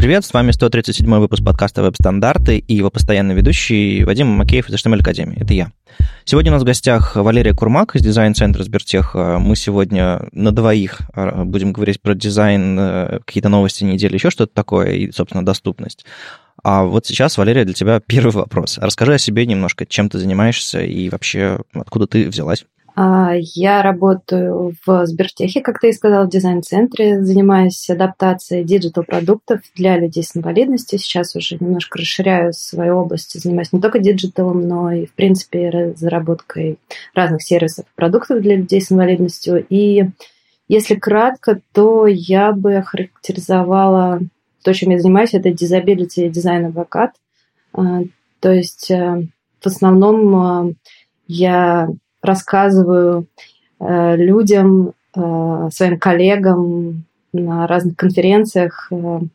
привет, с вами 137-й выпуск подкаста «Веб-стандарты» и его постоянный ведущий Вадим Макеев из HTML Академии. Это я. Сегодня у нас в гостях Валерия Курмак из дизайн-центра Сбертех. Мы сегодня на двоих будем говорить про дизайн, какие-то новости недели, еще что-то такое и, собственно, доступность. А вот сейчас, Валерия, для тебя первый вопрос. Расскажи о себе немножко, чем ты занимаешься и вообще откуда ты взялась. Я работаю в Сбертехе, как ты и сказала, в дизайн-центре, занимаюсь адаптацией диджитал-продуктов для людей с инвалидностью. Сейчас уже немножко расширяю свою область, занимаюсь не только диджиталом, но и, в принципе, разработкой разных сервисов и продуктов для людей с инвалидностью. И если кратко, то я бы охарактеризовала то, чем я занимаюсь, это disability дизайн-адвокат. То есть в основном я рассказываю людям, своим коллегам на разных конференциях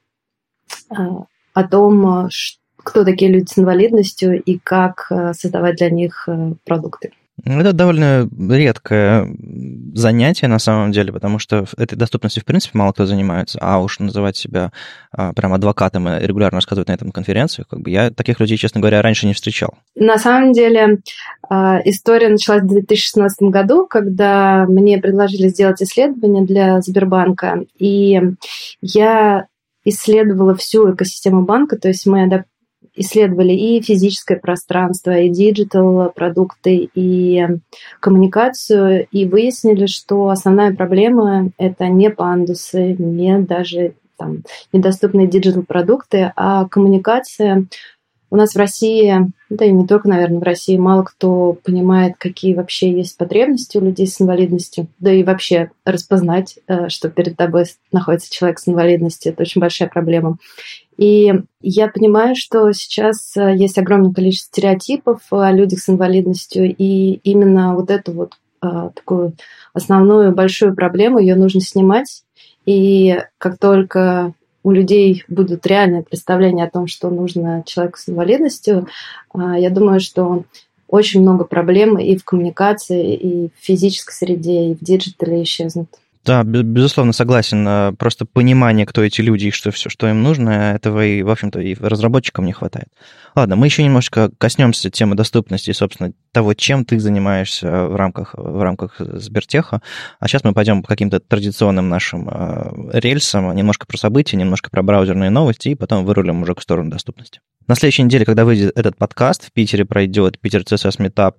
о том, кто такие люди с инвалидностью и как создавать для них продукты. Это довольно редкое занятие на самом деле, потому что этой доступностью в принципе мало кто занимается, а уж называть себя прям адвокатом и регулярно рассказывать на этом конференциях, я таких людей, честно говоря, раньше не встречал. На самом деле история началась в 2016 году, когда мне предложили сделать исследование для Сбербанка, и я исследовала всю экосистему банка, то есть мы исследовали и физическое пространство, и диджитал-продукты, и коммуникацию, и выяснили, что основная проблема – это не пандусы, не даже недоступные диджитал-продукты, а коммуникация. У нас в России, да и не только, наверное, в России, мало кто понимает, какие вообще есть потребности у людей с инвалидностью, да и вообще распознать, что перед тобой находится человек с инвалидностью – это очень большая проблема. И я понимаю, что сейчас есть огромное количество стереотипов о людях с инвалидностью, и именно вот эту такую основную большую проблему, ее нужно снимать. И как только у людей будут реальные представления о том, что нужно человеку с инвалидностью, я думаю, что очень много проблем и в коммуникации, и в физической среде, и в диджитале исчезнут. Да, безусловно, согласен. Просто понимание, кто эти люди и что им нужно, этого и, в общем-то, и разработчикам не хватает. Ладно, мы еще немножко коснемся темы доступности и, собственно, того, чем ты занимаешься в рамках Сбертеха. А сейчас мы пойдем по каким-то традиционным нашим рельсам, немножко про события, немножко про браузерные новости, и потом вырулим уже к сторону доступности. На следующей неделе, когда выйдет этот подкаст, в Питере пройдет Питер CSS Meetup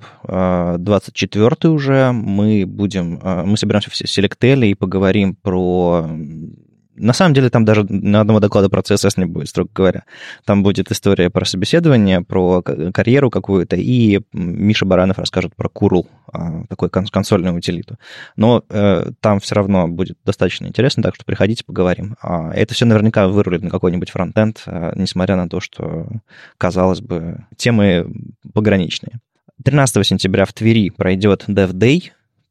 24-й уже. Мы соберемся в Селектеле и поговорим про... На самом деле там даже ни одного доклада про CSS не будет, строго говоря. Там будет история про собеседование, про карьеру какую-то, и Миша Баранов расскажет про Curl, такую консольную утилиту. Но там все равно будет достаточно интересно, так что приходите, поговорим. Это все наверняка вырулит на какой-нибудь фронтенд, несмотря на то, что, казалось бы, темы пограничные. 13 сентября в Твери пройдет Dev Day,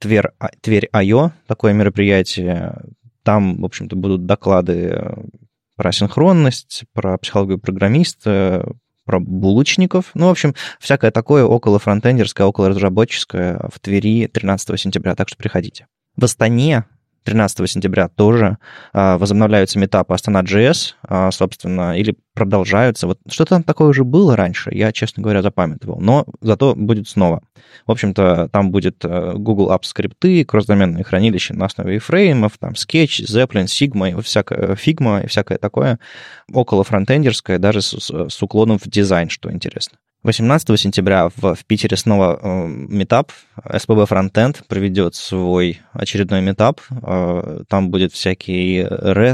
Тверь.io, такое мероприятие. Там, в общем-то, будут доклады про синхронность, про психологию программиста, про булочников. В общем, всякое такое около фронтендерское, около разработческое в Твери 13 сентября, так что приходите. В Астане 13 сентября тоже возобновляются митапы Астана.js, собственно, или продолжаются. Вот что-то там такое уже было раньше, я, честно говоря, запамятовал, но зато будет снова. В общем-то, там будет Google Apps скрипты, кросс-доменные хранилища на основе iframe'ов, там Sketch, Zeppelin, Sigma, Figma и всякое такое, около фронтендерское, даже с уклоном в дизайн, что интересно. 18 сентября в Питере снова митап. СПБ Frontend проведет свой очередной митап. Там будет всякий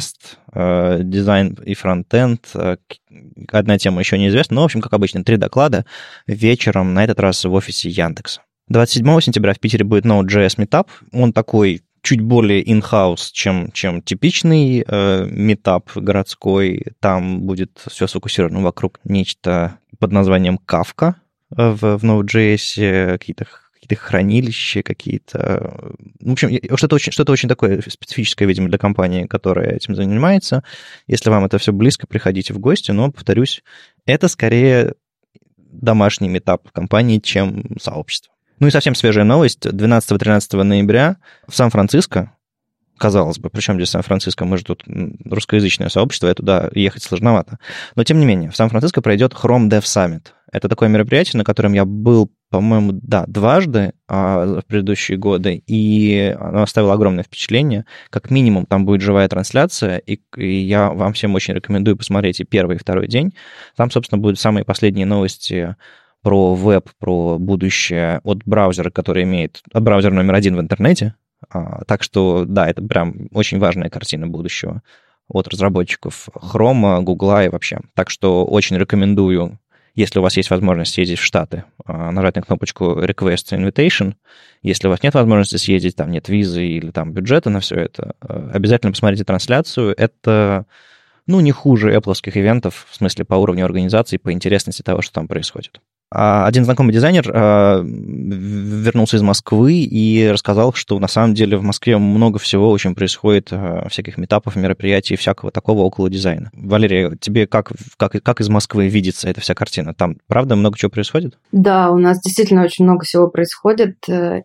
REST, дизайн и фронтенд. Одна тема еще неизвестна, но, в общем, как обычно, 3 доклада вечером, на этот раз в офисе Яндекса. 27 сентября в Питере будет Node.js митап. Он такой чуть более in-house, чем типичный митап городской. Там будет все сфокусировано вокруг нечто под названием Kafka в Node.js, какие-то хранилища, какие-то... В общем, что-то очень такое специфическое, видимо, для компании, которая этим занимается. Если вам это все близко, приходите в гости, но, повторюсь, это скорее домашний митап компании, чем сообщество. Ну и совсем свежая новость. 12-13 ноября в Сан-Франциско казалось бы, причем здесь Сан-Франциско, мы же тут русскоязычное сообщество, и туда ехать сложновато. Но, тем не менее, в Сан-Франциско пройдет Chrome Dev Summit. Это такое мероприятие, на котором я был, по-моему, дважды в предыдущие годы, и оно оставило огромное впечатление. Как минимум, там будет живая трансляция, и я вам всем очень рекомендую посмотреть и первый, и второй день. Там, собственно, будут самые последние новости про веб, про будущее от браузера, который имеет... от браузера номер 1 в интернете. Так что, да, это прям очень важная картина будущего от разработчиков Chrome, Google и вообще. Так что очень рекомендую, если у вас есть возможность съездить в Штаты, нажать на кнопочку Request Invitation. Если у вас нет возможности съездить, там нет визы или там бюджета на все это, обязательно посмотрите трансляцию. Это, не хуже Apple-овских ивентов, в смысле по уровню организации, по интересности того, что там происходит. Один знакомый дизайнер вернулся из Москвы и рассказал, что на самом деле в Москве много всего очень происходит, всяких митапов, мероприятий, всякого такого около дизайна. Валерия, тебе как из Москвы видится эта вся картина? Там, правда, много чего происходит? Да, у нас действительно очень много всего происходит.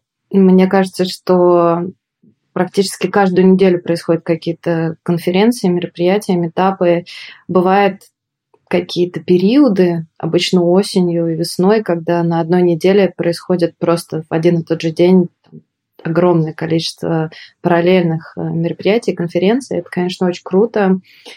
Мне кажется, что практически каждую неделю происходят какие-то конференции, мероприятия, митапы. Бывает какие-то периоды, обычно осенью и весной, когда на одной неделе происходит просто в один и тот же день огромное количество параллельных мероприятий, конференций. Это, конечно, очень круто,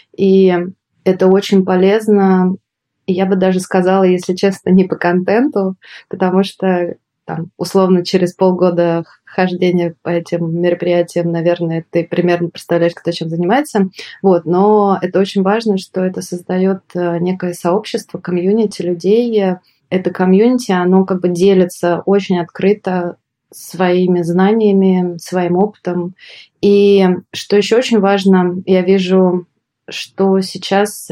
и это очень полезно. И я бы даже сказала, если честно, не по контенту, потому что там, условно, через полгода хождения по этим мероприятиям, наверное, ты примерно представляешь, кто чем занимается. Но это очень важно, что это создает некое сообщество, комьюнити людей. Это комьюнити, оно как бы делится очень открыто своими знаниями, своим опытом. И что еще очень важно, я вижу, что сейчас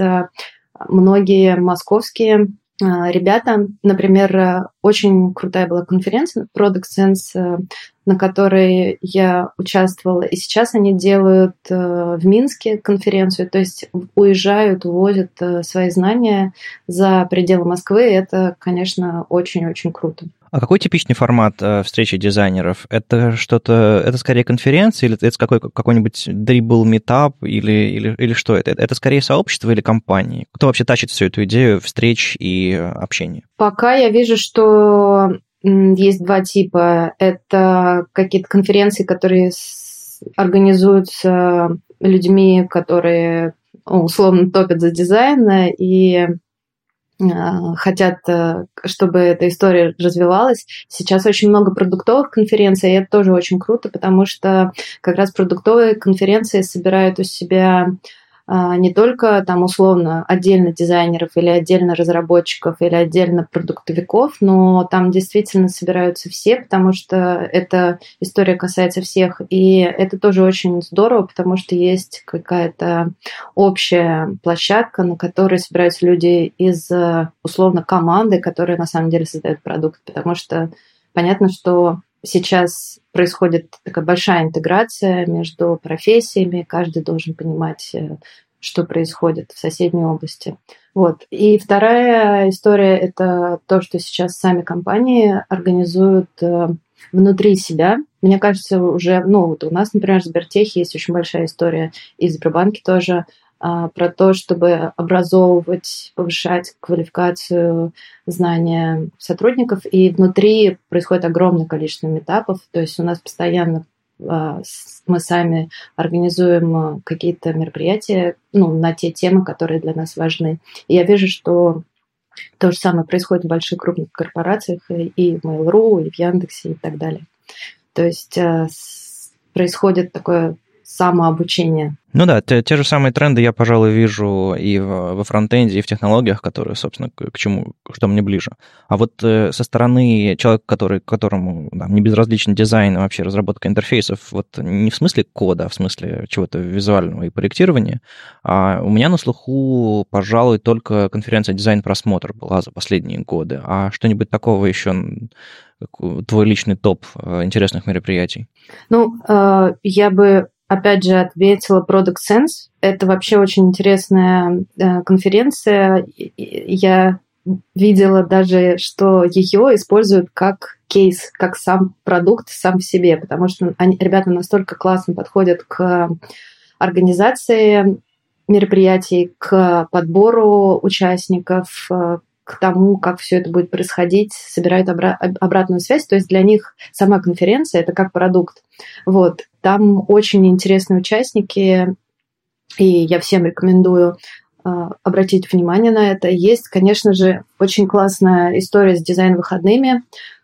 многие московские ребята, например, очень крутая была конференция Product Sense, на которой я участвовала, и сейчас они делают в Минске конференцию, то есть уезжают, увозят свои знания за пределы Москвы, и это, конечно, очень-очень круто. А какой типичный формат встречи дизайнеров? Это скорее конференция, или это какой-нибудь дрибл митап, или что это? Это скорее сообщество или компании? Кто вообще тащит всю эту идею встреч и общения? Пока я вижу, что есть два типа. Это какие-то конференции, которые организуются людьми, которые условно топят за дизайн и хотят, чтобы эта история развивалась. Сейчас очень много продуктовых конференций, и это тоже очень круто, потому что как раз продуктовые конференции собирают у себя не только там условно отдельно дизайнеров или отдельно разработчиков или отдельно продуктовиков, но там действительно собираются все, потому что эта история касается всех. И это тоже очень здорово, потому что есть какая-то общая площадка, на которой собираются люди из условно команды, которые на самом деле создают продукт, потому что понятно, что сейчас происходит такая большая интеграция между профессиями, каждый должен понимать, что происходит в соседней области. И вторая история – это то, что сейчас сами компании организуют внутри себя. Мне кажется, уже, у нас, например, в Сбертехе есть очень большая история, и в Сбербанке тоже, про то, чтобы образовывать, повышать квалификацию, знания сотрудников. И внутри происходит огромное количество митапов. То есть у нас постоянно мы сами организуем какие-то мероприятия на те темы, которые для нас важны. И я вижу, что то же самое происходит в больших крупных корпорациях, и в Mail.ru, и в Яндексе, и так далее. То есть происходит такое самообучение. Те же самые тренды я, пожалуй, вижу и во фронтенде, и в технологиях, которые, собственно, к чему, что мне ближе. А со стороны человека, которому не безразличен дизайн и вообще разработка интерфейсов, не в смысле кода, а в смысле чего-то визуального и проектирования, а у меня на слуху, пожалуй, только конференция «Дизайн-просмотр» была за последние годы. А что-нибудь такого еще, твой личный топ интересных мероприятий? Я бы опять же ответила Product Sense. Это вообще очень интересная конференция. Я видела даже, что ее используют как кейс, как сам продукт сам в себе, потому что ребята настолько классно подходят к организации мероприятий, к подбору участников, к тому, как все это будет происходить, собирают обратную связь. То есть для них сама конференция — это как продукт. Вот. Там очень интересные участники, и я всем рекомендую обратить внимание на это. Есть, конечно же, очень классная история с дизайн-выходными.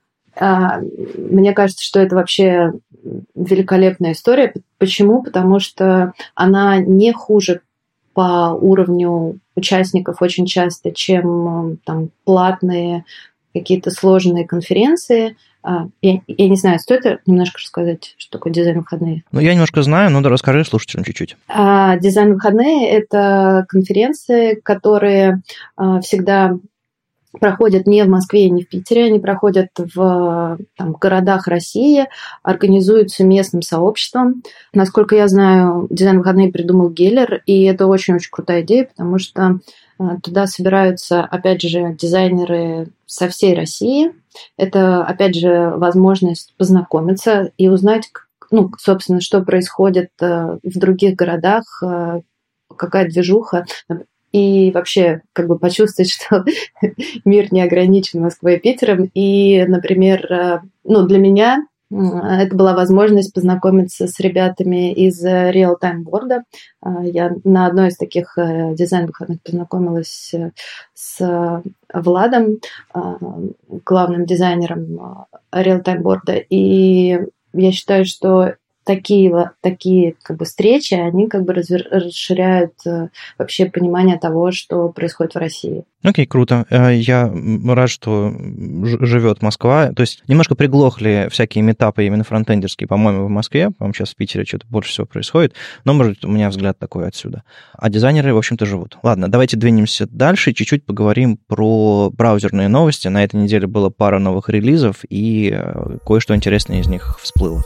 Мне кажется, что это вообще великолепная история. Почему? Потому что она не хуже по уровню участников очень часто, чем там платные какие-то сложные конференции. Я не знаю, стоит немножко рассказать, что такое дизайн-выходные? Ну, я немножко знаю, но да, расскажи слушателям чуть-чуть. Дизайн-выходные — это конференции, которые всегда проходят не в Москве и не в Питере, они проходят в городах России, организуются местным сообществом. Насколько я знаю, дизайн-выходные придумал Геллер, и это очень-очень крутая идея, потому что туда собираются, опять же, дизайнеры со всей России. Это, опять же, возможность познакомиться и узнать, собственно, что происходит в других городах, какая движуха. И вообще почувствовать, что мир не ограничен Москвой и Питером. И, например, для меня это была возможность познакомиться с ребятами из Real Time Board. Я на одной из таких дизайн-выходных познакомилась с Владом, главным дизайнером Real Time Board. И я считаю, что такие встречи, они расширяют вообще понимание того, что происходит в России. Окей, круто. Я рад, что живет Москва. То есть немножко приглохли всякие митапы именно фронтендерские, по-моему, в Москве. По-моему, сейчас в Питере что-то больше всего происходит. Но, может, у меня взгляд такой отсюда. А дизайнеры, в общем-то, живут. Ладно, давайте двинемся дальше. Чуть-чуть поговорим про браузерные новости. На этой неделе было пара новых релизов, и кое-что интересное из них всплыло.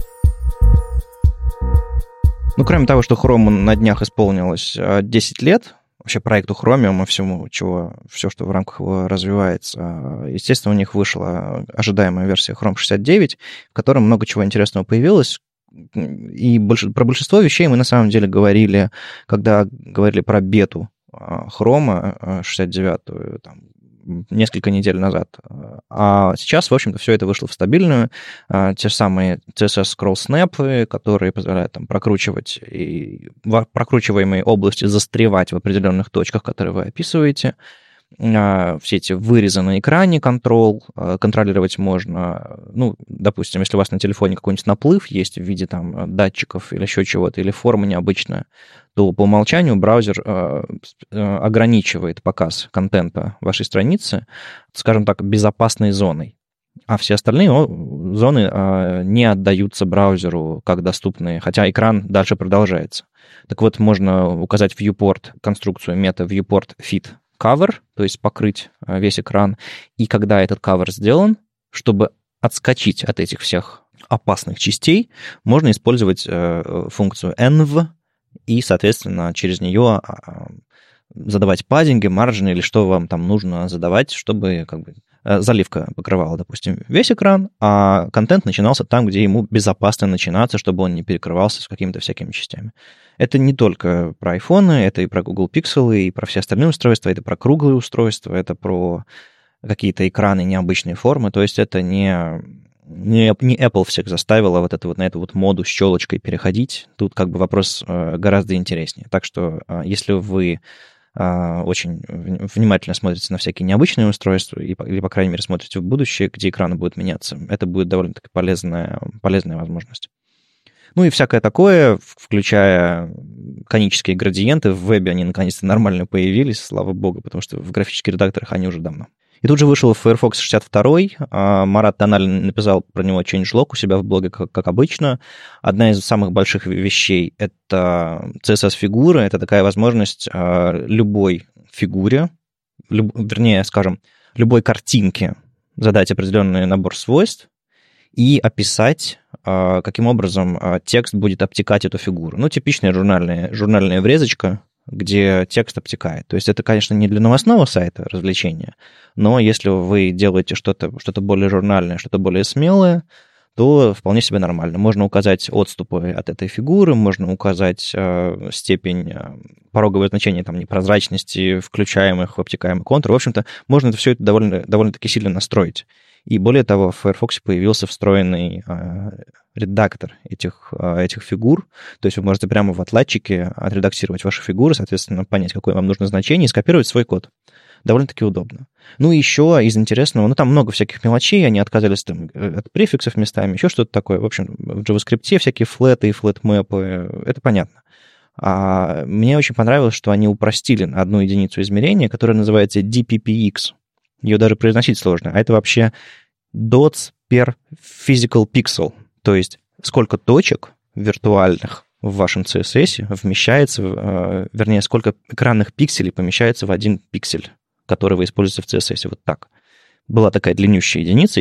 Ну, кроме того, что Chrome на днях исполнилось 10 лет, вообще проекту Chromium и все, что в рамках его развивается, естественно, у них вышла ожидаемая версия Chrome 69, в которой много чего интересного появилось. И про большинство вещей мы на самом деле говорили, когда говорили про бету Chrome 69, несколько недель назад. А сейчас, в общем-то, все это вышло в стабильную. Те самые CSS Scroll Snap, которые позволяют прокручивать и в прокручиваемой области застревать в определенных точках, которые вы описываете. Все эти вырезы на экране контролировать можно. Допустим, если у вас на телефоне какой-нибудь наплыв есть в виде датчиков или еще чего-то, или форма необычная, то по умолчанию браузер ограничивает показ контента вашей страницы, скажем так, безопасной зоной. А все остальные зоны не отдаются браузеру как доступные, хотя экран дальше продолжается. Так вот, можно указать в viewport конструкцию мета viewport fit cover, то есть покрыть весь экран. И когда этот cover сделан, чтобы отскочить от этих всех опасных частей, можно использовать функцию env и, соответственно, через нее задавать паддинги, маржины или что вам там нужно задавать, чтобы заливка покрывала, допустим, весь экран, а контент начинался там, где ему безопасно начинаться, чтобы он не перекрывался с какими-то всякими частями. Это не только про айфоны, это и про Google Pixel, и про все остальные устройства, это про круглые устройства, это про какие-то экраны необычной формы, то есть это не Apple всех заставила на эту моду с щелочкой переходить. Тут вопрос гораздо интереснее. Так что если вы очень внимательно смотрите на всякие необычные устройства или, по крайней мере, смотрите в будущее, где экраны будут меняться, это будет довольно-таки полезная возможность. И всякое такое, включая конические градиенты, в вебе они наконец-то нормально появились, слава богу, потому что в графических редакторах они уже давно. И тут же вышел Firefox 62. Марат Тональ написал про него changelog у себя в блоге, как обычно. Одна из самых больших вещей — это CSS-фигуры. Это такая возможность любой фигуре, любой картинке задать определенный набор свойств и описать, каким образом текст будет обтекать эту фигуру. Типичная журнальная врезочка, где текст обтекает. То есть это, конечно, не для новостного сайта развлечения, но если вы делаете что-то более журнальное, что-то более смелое, то вполне себе нормально. Можно указать отступы от этой фигуры, можно указать степень пороговое значение там, непрозрачности включаемых в обтекаемый контур. В общем-то, можно все это довольно-таки сильно настроить. И более того, в Firefox появился встроенный редактор этих фигур. То есть вы можете прямо в отладчике отредактировать ваши фигуры, соответственно, понять, какое вам нужно значение, и скопировать свой код. Довольно-таки удобно. Ну, и еще из интересного, там много всяких мелочей, они отказались там, от префиксов местами, еще что-то такое. В общем, в JavaScript всякие флеты и флет-мэпы, это понятно. А мне очень понравилось, что они упростили на одну единицу измерения, которая называется DPPX. Ее даже произносить сложно. А это вообще dots per physical pixel. То есть сколько точек виртуальных в вашем CSS вмещается, вернее, сколько экранных пикселей помещается в один пиксель, который вы используете в CSS. Вот так. Была такая длиннющая единица из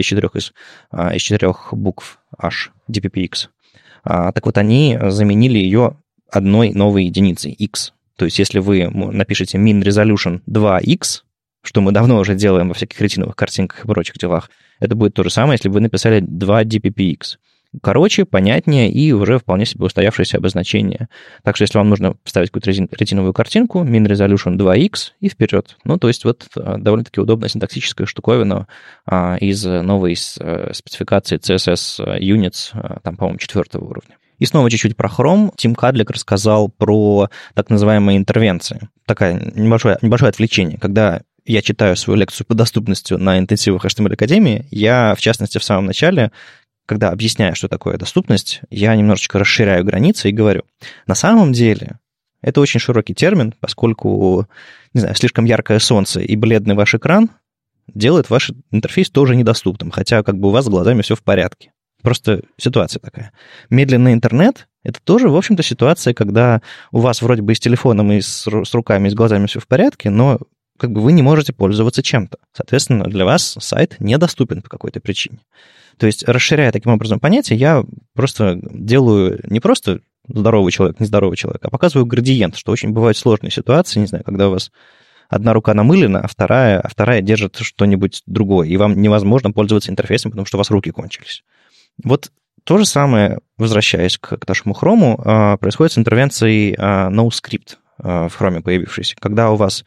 четырех букв H, DPPX. Так вот, они заменили ее одной новой единицей, X. То есть если вы напишете min resolution 2X, что мы давно уже делаем во всяких ретиновых картинках и прочих делах, это будет то же самое, если бы вы написали 2 DPPX. Короче, понятнее и уже вполне себе устоявшееся обозначение. Так что если вам нужно вставить какую-то ретиновую картинку, min resolution 2x и вперед. Ну, то есть вот довольно-таки удобная синтаксическая штуковина из новой спецификации CSS Units, там, по-моему, 4 уровня. И снова чуть-чуть про Chrome. Тим Кадлик рассказал про так называемые интервенции. Такое небольшое отвлечение. Когда я читаю свою лекцию по доступности на интенсивах HTML Академии, я, в частности, в самом начале, когда объясняю, что такое доступность, я немножечко расширяю границы и говорю, на самом деле это очень широкий термин, поскольку, не знаю, слишком яркое солнце и бледный ваш экран делает ваш интерфейс тоже недоступным, хотя как бы у вас с глазами все в порядке. Просто ситуация такая. Медленный интернет — это тоже, в общем-то, ситуация, когда у вас вроде бы и с телефоном, и с руками, и с глазами все в порядке, но как бы вы не можете пользоваться чем-то. Соответственно, для вас сайт недоступен по какой-то причине. То есть, расширяя таким образом понятие, я просто делаю не просто здоровый человек, нездоровый человек, а показываю градиент, что очень бывают сложные ситуации, не знаю, когда у вас одна рука намылена, а вторая держит что-нибудь другое, и вам невозможно пользоваться интерфейсом, потому что у вас руки кончились. Вот то же самое, возвращаясь к нашему Chrome, происходит с интервенцией NoScript в Chrome появившейся. Когда у вас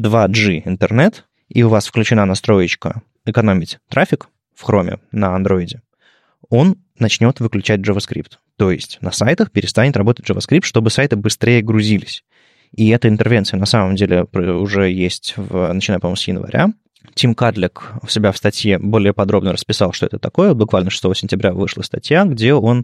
2G интернет, и у вас включена настроечка экономить трафик в Chrome на Android, он начнет выключать JavaScript. То есть на сайтах перестанет работать JavaScript, чтобы сайты быстрее грузились. И эта интервенция на самом деле уже есть, начиная, по-моему, с января. Тим Кадлик у себя в статье более подробно расписал, что это такое. Буквально 6 сентября вышла статья, где он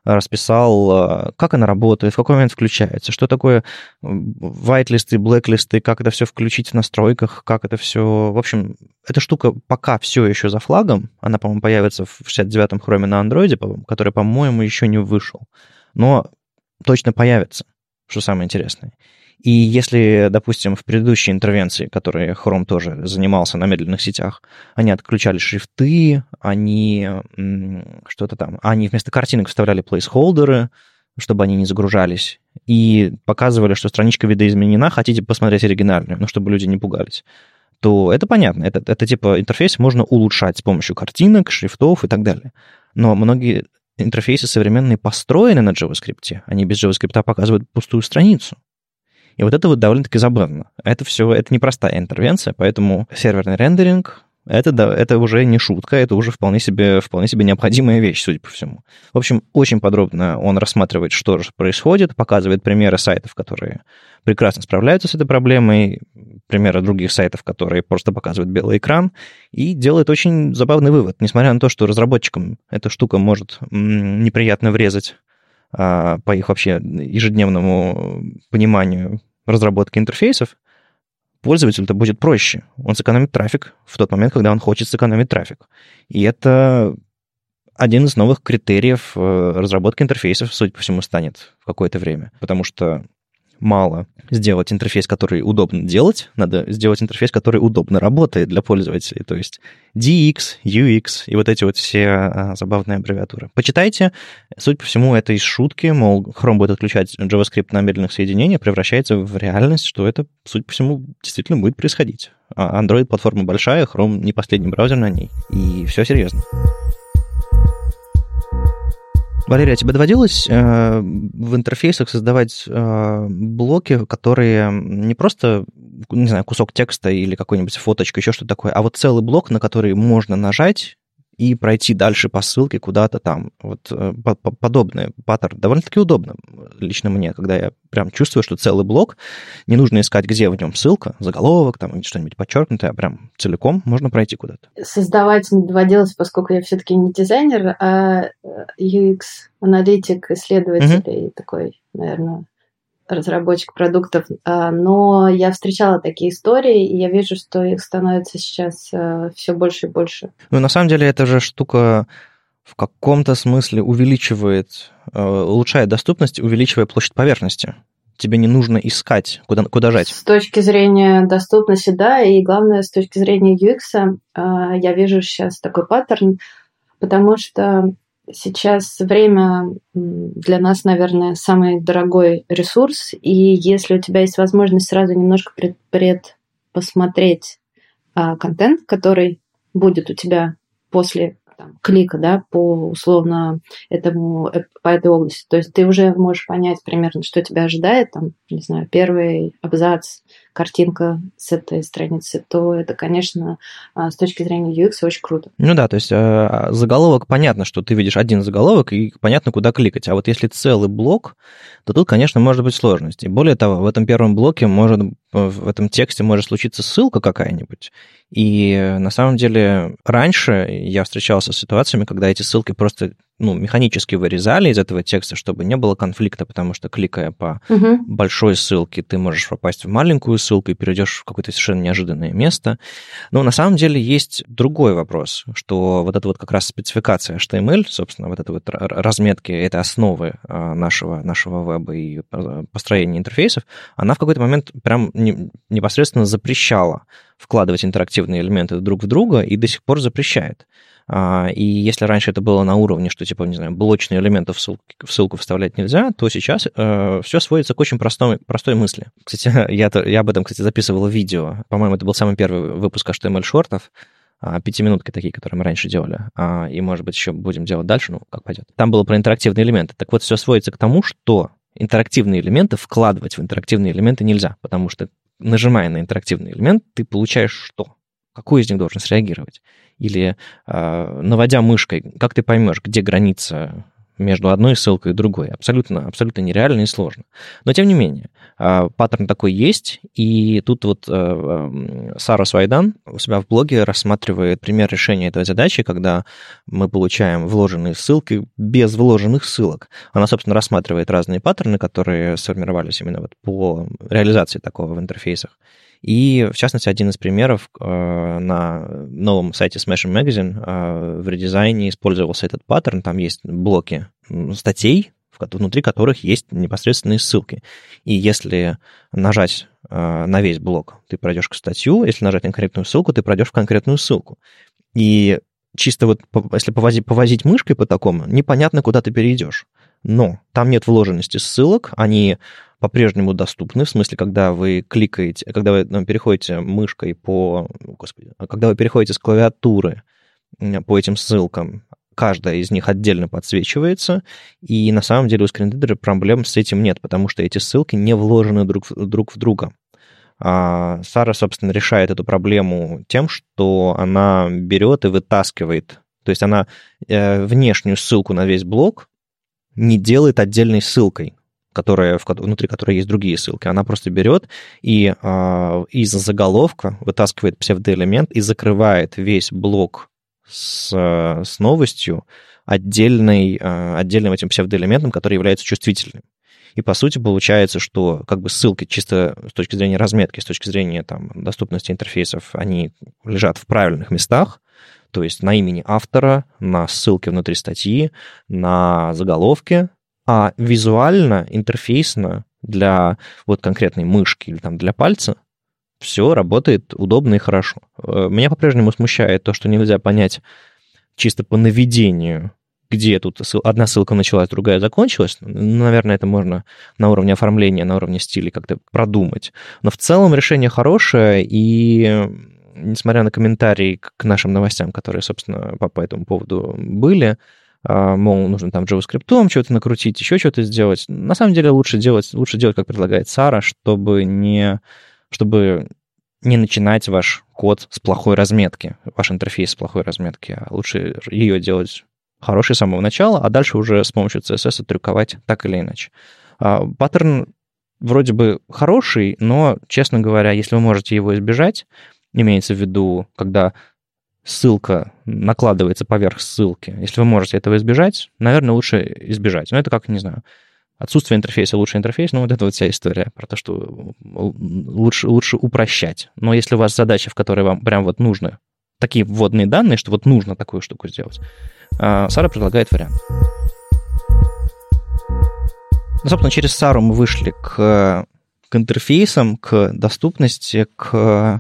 расписал, как она работает, в какой момент включается, что такое whitelist и blacklist, как это все включить в настройках, как это все... В общем, эта штука пока все еще за флагом. Она, по-моему, появится в 69-м Chrome на Android, который, по-моему, еще не вышел. Но точно появится, что самое интересное. И если, допустим, в предыдущей интервенции, которой Chrome тоже занимался на медленных сетях, они отключали шрифты, они что-то там, они вместо картинок вставляли плейсхолдеры, чтобы они не загружались, и показывали, что страничка видоизменена, хотите посмотреть оригинальную, ну, чтобы люди не пугались, то это понятно. Это типа интерфейс можно улучшать с помощью картинок, шрифтов и так далее. Но многие интерфейсы современные построены на JavaScript, они без JavaScript показывают пустую страницу. И вот это вот довольно-таки забавно. Это непростая интервенция, поэтому серверный рендеринг это уже не шутка, это уже вполне себе необходимая вещь, судя по всему. В общем, очень подробно он рассматривает, что же происходит, показывает примеры сайтов, которые прекрасно справляются с этой проблемой, примеры других сайтов, которые просто показывают белый экран, и делает очень забавный вывод. Несмотря на то, что разработчикам эта штука может неприятно врезать по их вообще ежедневному пониманию разработки интерфейсов, пользователю-то будет проще. Он сэкономит трафик в тот момент, когда он хочет сэкономить трафик. И это один из новых критериев разработки интерфейсов, судя по всему, станет в какое-то время. Потому что мало сделать интерфейс, который удобно делать, надо сделать интерфейс, который удобно работает для пользователей, то есть DX, UX и вот эти вот все забавные аббревиатуры. Почитайте, судя по всему, это из шутки, мол, Chrome будет отключать JavaScript на медленных соединениях, превращается в реальность, что это, судя по всему, действительно будет происходить. Android-платформа большая, Chrome не последний браузер на ней, и все серьезно. Валерия, а тебе доводилось в интерфейсах создавать блоки, которые не просто, не знаю, кусок текста или какой-нибудь фоточка, еще что-то такое, а вот целый блок, на который можно нажать и пройти дальше по ссылке куда-то там. Вот подобный паттерн довольно-таки удобно лично мне, когда я прям чувствую, что целый блок, не нужно искать, где в нем ссылка, заголовок, там что-нибудь подчеркнутое, а прям целиком можно пройти куда-то. Создавать не доводилось, поскольку я все-таки не дизайнер, а UX-аналитик, исследователь и такой, наверное, разработчик продуктов, но я встречала такие истории, и я вижу, что их становится сейчас все больше и больше. Ну, на самом деле, эта же штука в каком-то смысле увеличивает, улучшает доступность, увеличивая площадь поверхности. Тебе не нужно искать, куда жать. С точки зрения доступности, да, и главное, с точки зрения UX, я вижу сейчас такой паттерн, потому что сейчас время для нас, наверное, самый дорогой ресурс, и если у тебя есть возможность сразу немножко посмотреть контент, который будет у тебя после клика, да, по условно по этой области. То есть ты уже можешь понять примерно, что тебя ожидает, там, не знаю, первый абзац, картинка с этой страницы, то это, конечно, с точки зрения UX очень круто. Ну да, то есть заголовок, понятно, что ты видишь один заголовок, и понятно, куда кликать. А вот если целый блок, то тут, конечно, может быть сложность. И более того, в этом первом блоке в этом тексте может случиться ссылка какая-нибудь. И на самом деле раньше я встречался с ситуациями, когда эти ссылки просто механически вырезали из этого текста, чтобы не было конфликта, потому что, кликая по большой ссылке, ты можешь попасть в маленькую ссылку и перейдешь в какое-то совершенно неожиданное место. Но на самом деле есть другой вопрос, что вот эта вот как раз спецификация HTML, собственно, вот это вот разметки, это основы нашего веба и построения интерфейсов, она в какой-то момент прям непосредственно запрещала вкладывать интерактивные элементы друг в друга и до сих пор запрещает. И если раньше это было на уровне, что, типа, не знаю, блочные элементы в ссылку вставлять нельзя, то сейчас все сводится к очень простой мысли. Кстати, я об этом, записывал видео. По-моему, это был самый первый выпуск HTML-шортов, 5-минутки такие, которые мы раньше делали. И, может быть, еще будем делать дальше, как пойдет. Там было про интерактивные элементы. Так вот, все сводится к тому, что интерактивные элементы вкладывать в интерактивные элементы нельзя, потому что, нажимая на интерактивный элемент, ты получаешь что? Какой из них должен среагировать? Или, наводя мышкой, как ты поймешь, где граница между одной ссылкой и другой? Абсолютно нереально и сложно. Но, тем не менее, паттерн такой есть, и тут вот Сара Свайдан у себя в блоге рассматривает пример решения этой задачи, когда мы получаем вложенные ссылки без вложенных ссылок. Она, собственно, рассматривает разные паттерны, которые сформировались именно вот по реализации такого в интерфейсах. И, в частности, один из примеров на новом сайте Smashing Magazine в редизайне использовался этот паттерн. Там есть блоки статей, внутри которых есть непосредственные ссылки. И если нажать на весь блок, ты пройдешь к статью, если нажать на конкретную ссылку, ты пройдешь в конкретную ссылку. И чисто вот если повозить мышкой по такому, непонятно, куда ты перейдешь. Но там нет вложенности ссылок, они по-прежнему доступны, в смысле, когда вы кликаете, когда вы переходите мышкой когда вы переходите с клавиатуры по этим ссылкам, каждая из них отдельно подсвечивается, и на самом деле у скринридера проблем с этим нет, потому что эти ссылки не вложены друг в друга. Сара, собственно, решает эту проблему тем, что она берет и вытаскивает, то есть она внешнюю ссылку на весь блок не делает отдельной ссылкой, внутри которой есть другие ссылки. Она просто берет и из заголовка вытаскивает псевдоэлемент и закрывает весь блок с новостью отдельным этим псевдоэлементом, который является чувствительным. И, по сути, получается, что как бы ссылки чисто с точки зрения разметки, с точки зрения доступности интерфейсов, они лежат в правильных местах, то есть на имени автора, на ссылке внутри статьи, на заголовке, а визуально, интерфейсно для вот конкретной мышки или там для пальца, все работает удобно и хорошо. Меня по-прежнему смущает то, что нельзя понять чисто по наведению, где тут одна ссылка началась, другая закончилась. Наверное, это можно на уровне оформления, на уровне стиля как-то продумать. Но в целом решение хорошее, и несмотря на комментарии к нашим новостям, которые, собственно, по этому поводу были, мол, нужно там JavaScript что-то накрутить, еще что-то сделать. На самом деле лучше делать, как предлагает Сара, чтобы не начинать ваш код с плохой разметки, ваш интерфейс с плохой разметки, а лучше ее делать хорошей с самого начала, а дальше уже с помощью CSS трюковать так или иначе. Паттерн вроде бы хороший, но, честно говоря, если вы можете его избежать, имеется в виду, когда ссылка накладывается поверх ссылки, если вы можете этого избежать, наверное, лучше избежать. Но это как, не знаю, отсутствие интерфейса лучше интерфейс, ну вот это вот вся история про то, что лучше упрощать. Но если у вас задача, в которой вам прям вот нужно такие вводные данные, что вот нужно такую штуку сделать, Сара предлагает вариант. Ну, собственно, через Сару мы вышли к интерфейсам, к доступности, к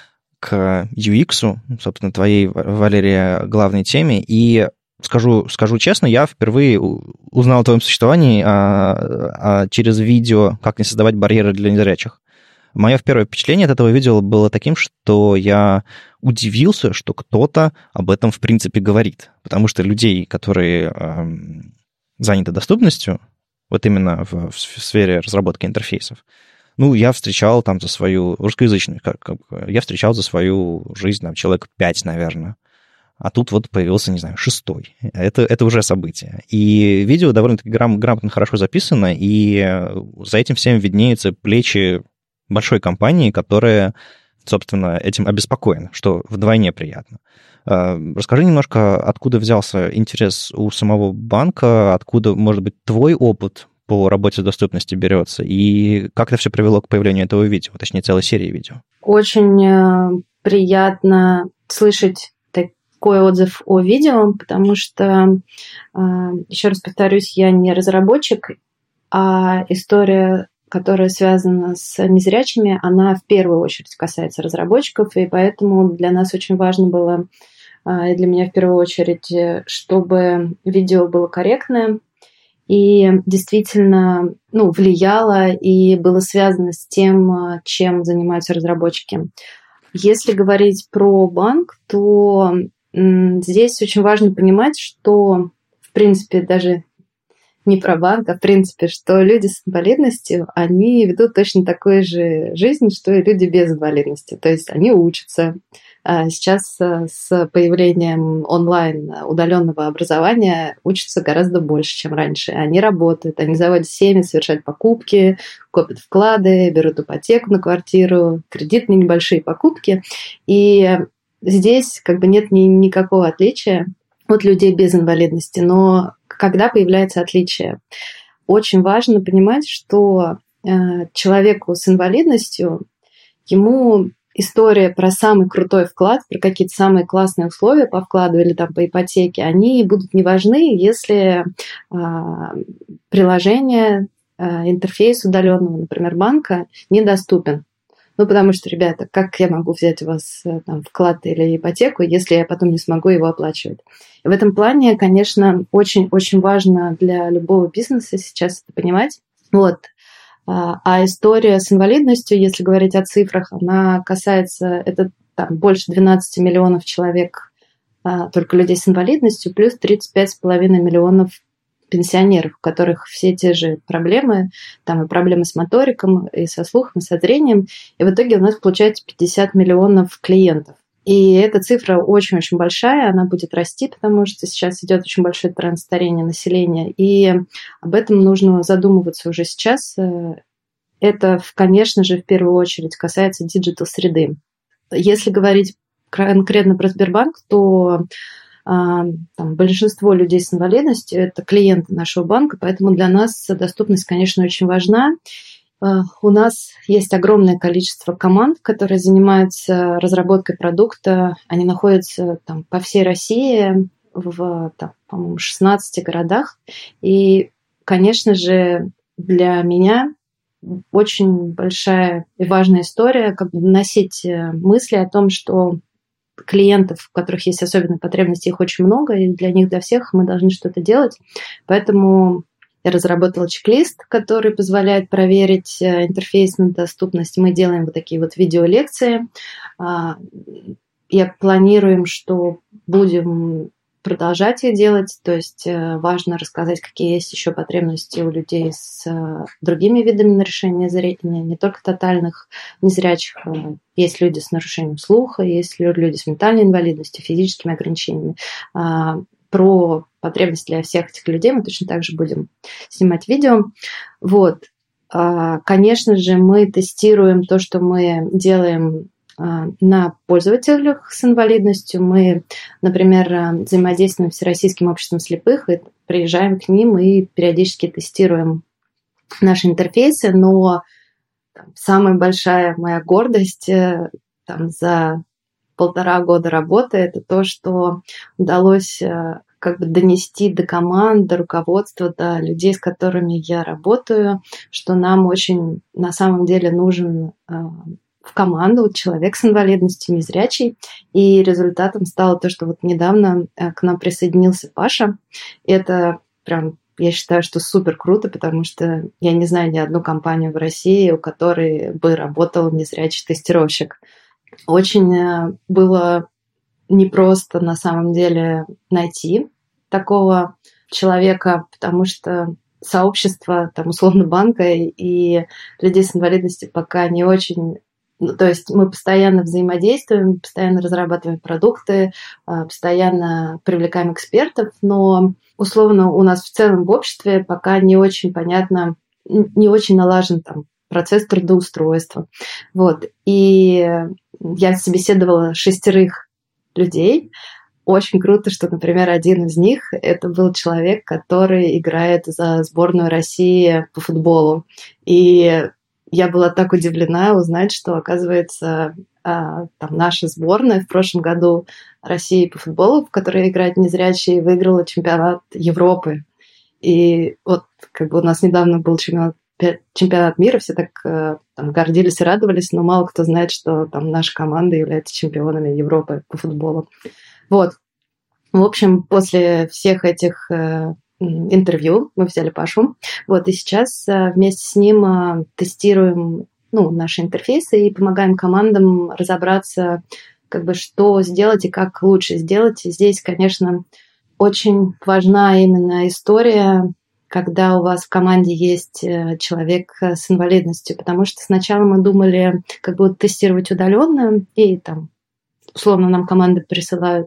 UX, собственно, твоей, Валерия, главной теме. И скажу честно, я впервые узнал о твоем существовании через видео «Как не создавать барьеры для незрячих». Мое первое впечатление от этого видео было таким, что я удивился, что кто-то об этом в принципе говорит. Потому что людей, которые заняты доступностью, вот именно в сфере разработки интерфейсов, ну, я встречал там за свою русскоязычную, я встречал за свою жизнь там, человек 5, наверное. А тут вот появился, не знаю, 6-й. Это уже событие. И видео довольно-таки грамотно, хорошо записано, и за этим всем виднеются плечи большой компании, которая, собственно, этим обеспокоена, что вдвойне приятно. Расскажи немножко, откуда взялся интерес у самого банка, откуда, может быть, твой опыт по работе с доступностью берется, и как это все привело к появлению этого видео, точнее, целой серии видео? Очень приятно слышать такой отзыв о видео, потому что, еще раз повторюсь, я не разработчик, а история, которая связана с незрячими, она в первую очередь касается разработчиков, и поэтому для нас очень важно было, и для меня в первую очередь, чтобы видео было корректное и действительно влияло и было связано с тем, чем занимаются разработчики. Если говорить про банк, то здесь очень важно понимать, что, в принципе, даже не про банк, а в принципе, что люди с инвалидностью, они ведут точно такую же жизнь, что и люди без инвалидности. То есть они учатся. Сейчас с появлением онлайн удаленного образования учатся гораздо больше, чем раньше. Они работают, они заводят семьи, совершают покупки, копят вклады, берут ипотеку на квартиру, кредитные небольшие покупки. И здесь нет никакого отличия от людей без инвалидности. Но когда появляется отличие? Очень важно понимать, что человеку с инвалидностью, ему история про самый крутой вклад, про какие-то самые классные условия по вкладу или там по ипотеке, они будут не важны, если приложение, интерфейс удаленного, например, банка, недоступен. Потому что, ребята, как я могу взять у вас там, вклад или ипотеку, если я потом не смогу его оплачивать? И в этом плане, конечно, очень-очень важно для любого бизнеса сейчас это понимать. А история с инвалидностью, если говорить о цифрах, она касается, это там, больше 12 миллионов человек, только людей с инвалидностью, плюс 35,5 миллионов пенсионеров, у которых все те же проблемы, там и проблемы с моториком, и со слухом, и со зрением. И в итоге у нас получается 50 миллионов клиентов. И эта цифра очень-очень большая, она будет расти, потому что сейчас идет очень большой тренд старения населения. И об этом нужно задумываться уже сейчас. Это, конечно же, в первую очередь касается диджитал-среды. Если говорить конкретно про Сбербанк, то большинство людей с инвалидностью – это клиенты нашего банка, поэтому для нас доступность, конечно, очень важна. У нас есть огромное количество команд, которые занимаются разработкой продукта. Они находятся там, по всей России, по-моему, 16 городах. И, конечно же, для меня очень большая и важная история, как бы доносить мысли о том, что клиентов, у которых есть особенные потребности, их очень много, и для них, для всех мы должны что-то делать. Поэтому я разработала чек-лист, который позволяет проверить интерфейсную доступность. Мы делаем вот такие вот видеолекции. Я планируем, что будем продолжать их делать, то есть важно рассказать, какие есть еще потребности у людей с другими видами нарушения зрения, не только тотальных незрячих. Есть люди с нарушением слуха, есть люди с ментальной инвалидностью, физическими ограничениями. Про потребности для всех этих людей мы точно так же будем снимать видео. Вот. Конечно же, мы тестируем то, что мы делаем на пользователях с инвалидностью. Мы, например, взаимодействуем с Всероссийским обществом слепых и приезжаем к ним и периодически тестируем наши интерфейсы, но самая большая моя гордость за 1,5 года работы — это то, что удалось как бы донести до команд, до руководства, до людей, с которыми я работаю, что нам очень на самом деле нужен в команду человек с инвалидностью, незрячий. И результатом стало то, что вот недавно к нам присоединился Паша. И это прям, я считаю, что супер круто, потому что я не знаю ни одну компанию в России, у которой бы работал незрячий тестировщик. Очень было непросто на самом деле найти такого человека, потому что сообщество, там, условно, банка и людей с инвалидностью пока не очень... То есть мы постоянно взаимодействуем, постоянно разрабатываем продукты, постоянно привлекаем экспертов, но, условно, у нас в целом в обществе пока не очень понятно, не очень налажен там процесс трудоустройства. Вот. И я собеседовала 6 людей. Очень круто, что, например, один из них — это был человек, который играет за сборную России по футболу. И я была так удивлена узнать, что, оказывается, там наша сборная в прошлом году России по футболу, в которой играет незрячий, выиграла чемпионат Европы. И вот как бы у нас недавно был чемпионат мира, все так там гордились и радовались, но мало кто знает, что там наша команда является чемпионами Европы по футболу. Вот. В общем, после всех этих интервью мы взяли Пашу. Вот, и сейчас вместе с ним тестируем наши интерфейсы и помогаем командам разобраться, как бы, что сделать и как лучше сделать. И здесь, конечно, очень важна именно история, когда у вас в команде есть человек с инвалидностью, потому что сначала мы думали, как будут тестировать удаленно, и там, условно, нам команды присылают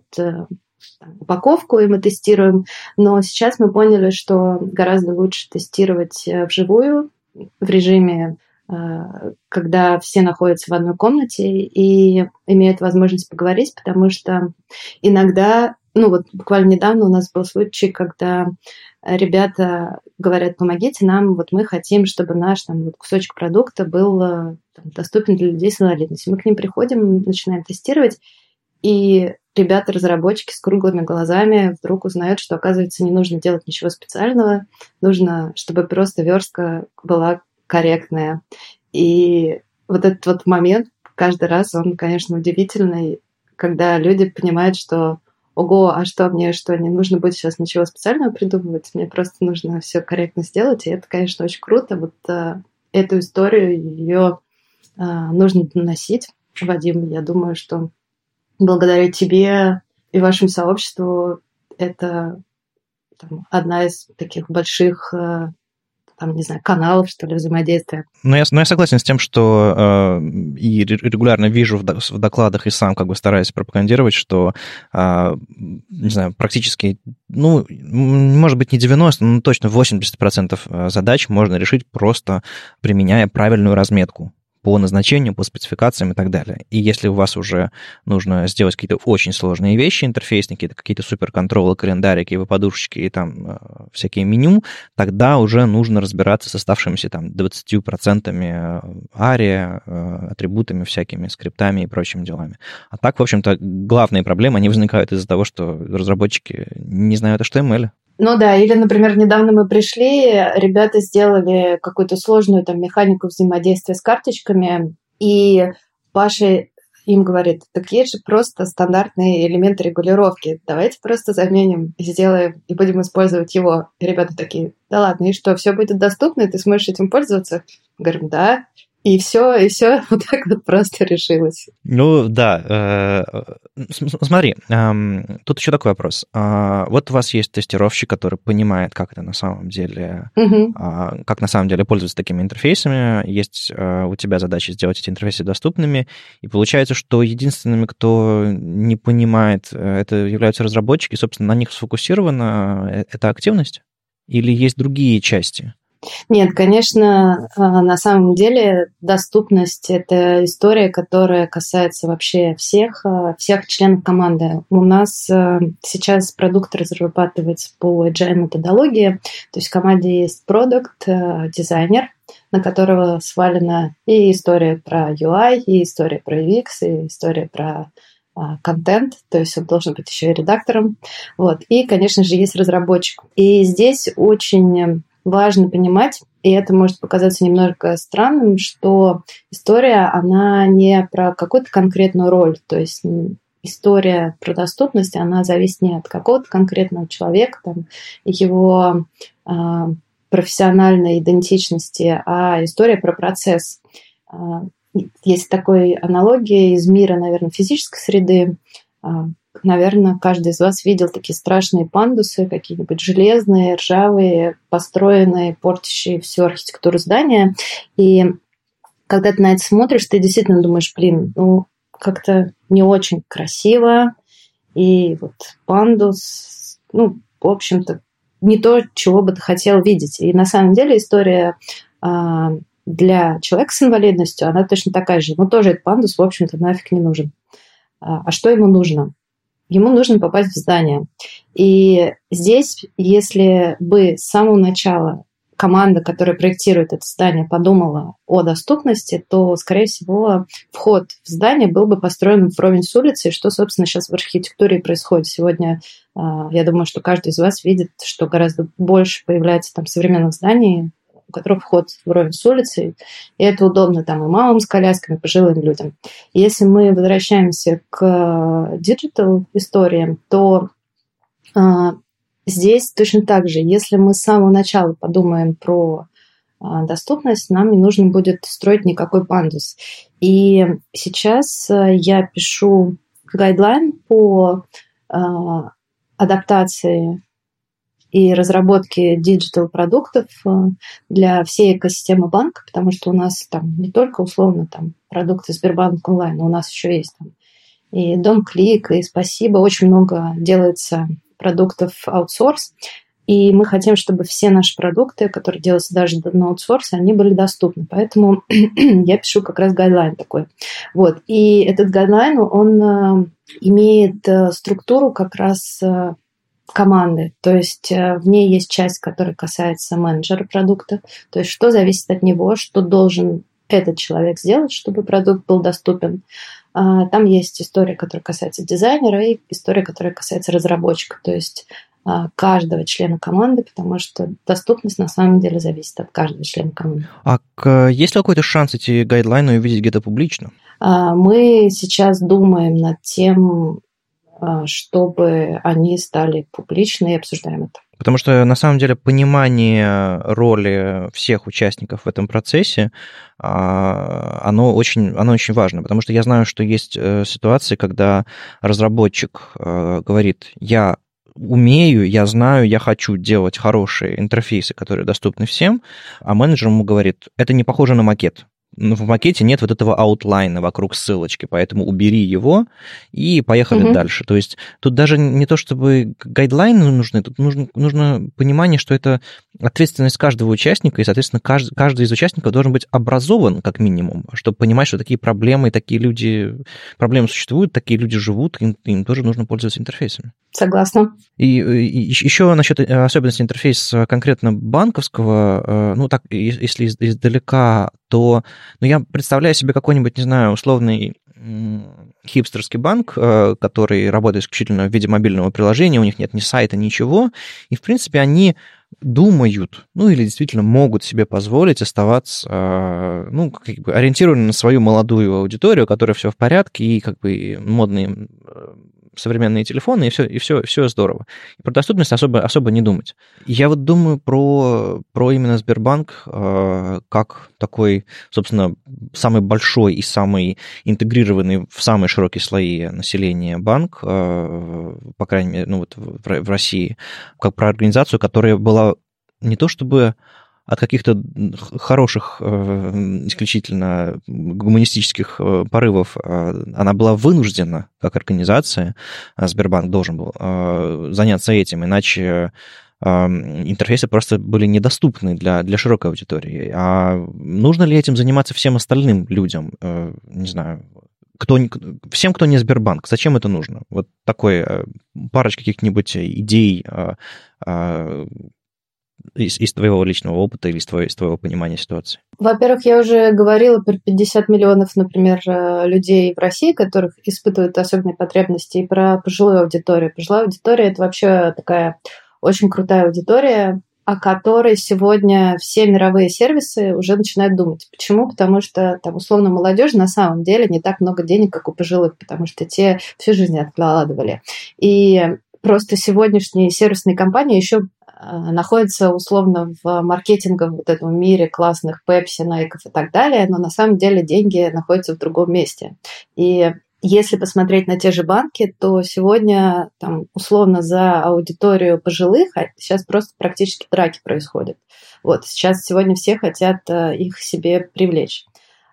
упаковку, и мы тестируем, но сейчас мы поняли, что гораздо лучше тестировать вживую, в режиме, когда все находятся в одной комнате и имеют возможность поговорить, потому что иногда, вот буквально недавно у нас был случай, когда ребята говорят: помогите нам, вот мы хотим, чтобы наш кусочек продукта был доступен для людей с инвалидностью. Мы к ним приходим, начинаем тестировать, и ребята-разработчики с круглыми глазами вдруг узнают, что, оказывается, не нужно делать ничего специального, нужно, чтобы просто верстка была корректная. И вот этот вот момент каждый раз, он, конечно, удивительный, когда люди понимают, что ого, а что мне, что не нужно будет сейчас ничего специального придумывать, мне просто нужно все корректно сделать, и это, конечно, очень круто. Вот эту историю, ее нужно доносить. Вадим, я думаю, что благодаря тебе и вашему сообществу это одна из таких больших, каналов, что ли, взаимодействия. Но я согласен с тем, что и регулярно вижу в докладах и сам как бы стараюсь пропагандировать, что, не знаю, практически, может быть, не 90, но точно 80% задач можно решить просто применяя правильную разметку по назначению, по спецификациям и так далее. И если у вас уже нужно сделать какие-то очень сложные вещи, интерфейсные, какие-то суперконтролы, календарики, подушечки и там всякие меню, тогда уже нужно разбираться с оставшимися 20% ARIA, атрибутами всякими, скриптами и прочими делами. А так, в общем-то, главные проблемы, они возникают из-за того, что разработчики не знают HTML. Ну да, или, например, недавно мы пришли, ребята сделали какую-то сложную там механику взаимодействия с карточками, и Паша им говорит, так есть же просто стандартные элементы регулировки, давайте просто заменим и сделаем, и будем использовать его. И ребята такие, да ладно, и что, все будет доступно, и ты сможешь этим пользоваться? Говорим, да. И все вот так вот просто решилось. Ну, да. Смотри, тут еще такой вопрос. Вот у вас есть тестировщик, который понимает, как это на самом деле, как на самом деле пользоваться такими интерфейсами. Есть у тебя задача сделать эти интерфейсы доступными. И получается, что единственными, кто не понимает, это являются разработчики. Собственно, на них сфокусирована эта активность? Или есть другие части? Нет, конечно, на самом деле доступность – это история, которая касается вообще всех членов команды. У нас сейчас продукт разрабатывается по agile методологии, то есть в команде есть продукт, дизайнер, на которого свалена и история про UI, и история про UX, и история про контент, то есть он должен быть еще и редактором. Вот. И, конечно же, есть разработчик. И здесь очень важно понимать, и это может показаться немножко странным, что история, она не про какую-то конкретную роль, то есть история про доступность, она зависит не от какого-то конкретного человека, там, его профессиональной идентичности, а история про процесс. Есть такой аналогия из мира, наверное, физической среды. Наверное, каждый из вас видел такие страшные пандусы, какие-нибудь железные, ржавые, построенные, портящие всю архитектуру здания. И когда ты на это смотришь, ты действительно думаешь, блин, ну, как-то не очень красиво. И вот пандус, ну, в общем-то, не то, чего бы ты хотел видеть. И на самом деле история для человека с инвалидностью, она точно такая же. Но тоже этот пандус, в общем-то, нафиг не нужен. А что ему нужно? Ему нужно попасть в здание. И здесь, если бы с самого начала команда, которая проектирует это здание, подумала о доступности, то, скорее всего, вход в здание был бы построен вровень с улицей, что, собственно, сейчас в архитектуре и происходит. Сегодня, я думаю, что каждый из вас видит, что гораздо больше появляется там современных зданий, у которых вход вровень с улицей, и это удобно там и мамам с колясками, и пожилым людям. Если мы возвращаемся к диджитал историям, то здесь точно так же, если мы с самого начала подумаем про доступность, нам не нужно будет строить никакой пандус. И сейчас я пишу гайдлайн по адаптации и разработки диджитал-продуктов для всей экосистемы банка, потому что у нас там не только условно там продукты Сбербанк онлайн, но у нас еще есть там и Дом-клик, и Спасибо. Очень много делается продуктов аутсорс, и мы хотим, чтобы все наши продукты, которые делаются даже на аутсорсе, они были доступны. Поэтому я пишу как раз гайдлайн такой. Вот. И этот гайдлайн, он имеет структуру как раз команды, то есть в ней есть часть, которая касается менеджера продукта, то есть что зависит от него, что должен этот человек сделать, чтобы продукт был доступен. Там есть история, которая касается дизайнера, и история, которая касается разработчика, то есть каждого члена команды, потому что доступность на самом деле зависит от каждого члена команды. А есть ли какой-то шанс эти гайдлайны увидеть где-то публично? Мы сейчас думаем над тем, чтобы они стали публичны, и обсуждаем это. Потому что, на самом деле, понимание роли всех участников в этом процессе, оно очень важно. Потому что я знаю, что есть ситуации, когда разработчик говорит, я умею, я знаю, я хочу делать хорошие интерфейсы, которые доступны всем, а менеджер ему говорит, это не похоже на макет. Но в макете нет вот этого аутлайна вокруг ссылочки, поэтому убери его и поехали дальше. То есть тут даже не то, чтобы гайдлайны нужны, тут нужно понимание, что это ответственность каждого участника, и, соответственно, каждый из участников должен быть образован, как минимум, чтобы понимать, что такие проблемы, проблемы существуют, такие люди живут, им тоже нужно пользоваться интерфейсами. Согласна. И еще насчет особенностей интерфейса конкретно банковского, ну так, если издалека, то я представляю себе какой-нибудь, не знаю, условный хипстерский банк, который работает исключительно в виде мобильного приложения, у них нет ни сайта, ничего, и, в принципе, они думают, ну, или действительно могут себе позволить оставаться, ну, как бы ориентированными на свою молодую аудиторию, которая все в порядке, и как бы модные современные телефоны, и все здорово. И про доступность особо не думать. Я вот думаю про именно Сбербанк как такой, собственно, самый большой и самый интегрированный в самые широкие слои населения банк, по крайней мере, ну вот в России, как про организацию, которая была не то чтобы от каких-то хороших, исключительно гуманистических порывов, она была вынуждена, как организация, Сбербанк должен был заняться этим, иначе интерфейсы просто были недоступны для широкой аудитории. А нужно ли этим заниматься всем остальным людям? Не знаю, всем, кто не Сбербанк, зачем это нужно? Вот такой парочка каких-нибудь идей из твоего личного опыта или из твоего понимания ситуации? Во-первых, я уже говорила про 50 миллионов, например, людей в России, которых испытывают особенные потребности, и про пожилую аудиторию. Пожилая аудитория – это вообще такая очень крутая аудитория, о которой сегодня все мировые сервисы уже начинают думать. Почему? Потому что там условно молодежь на самом деле не так много денег, как у пожилых, потому что те всю жизнь откладывали. И просто сегодняшние сервисные компании еще находятся условно в маркетинговом вот этом мире классных Pepsi, Nike и так далее, но на самом деле деньги находятся в другом месте. И если посмотреть на те же банки, то сегодня там условно за аудиторию пожилых сейчас просто практически драки происходят. Вот сейчас сегодня все хотят их себе привлечь.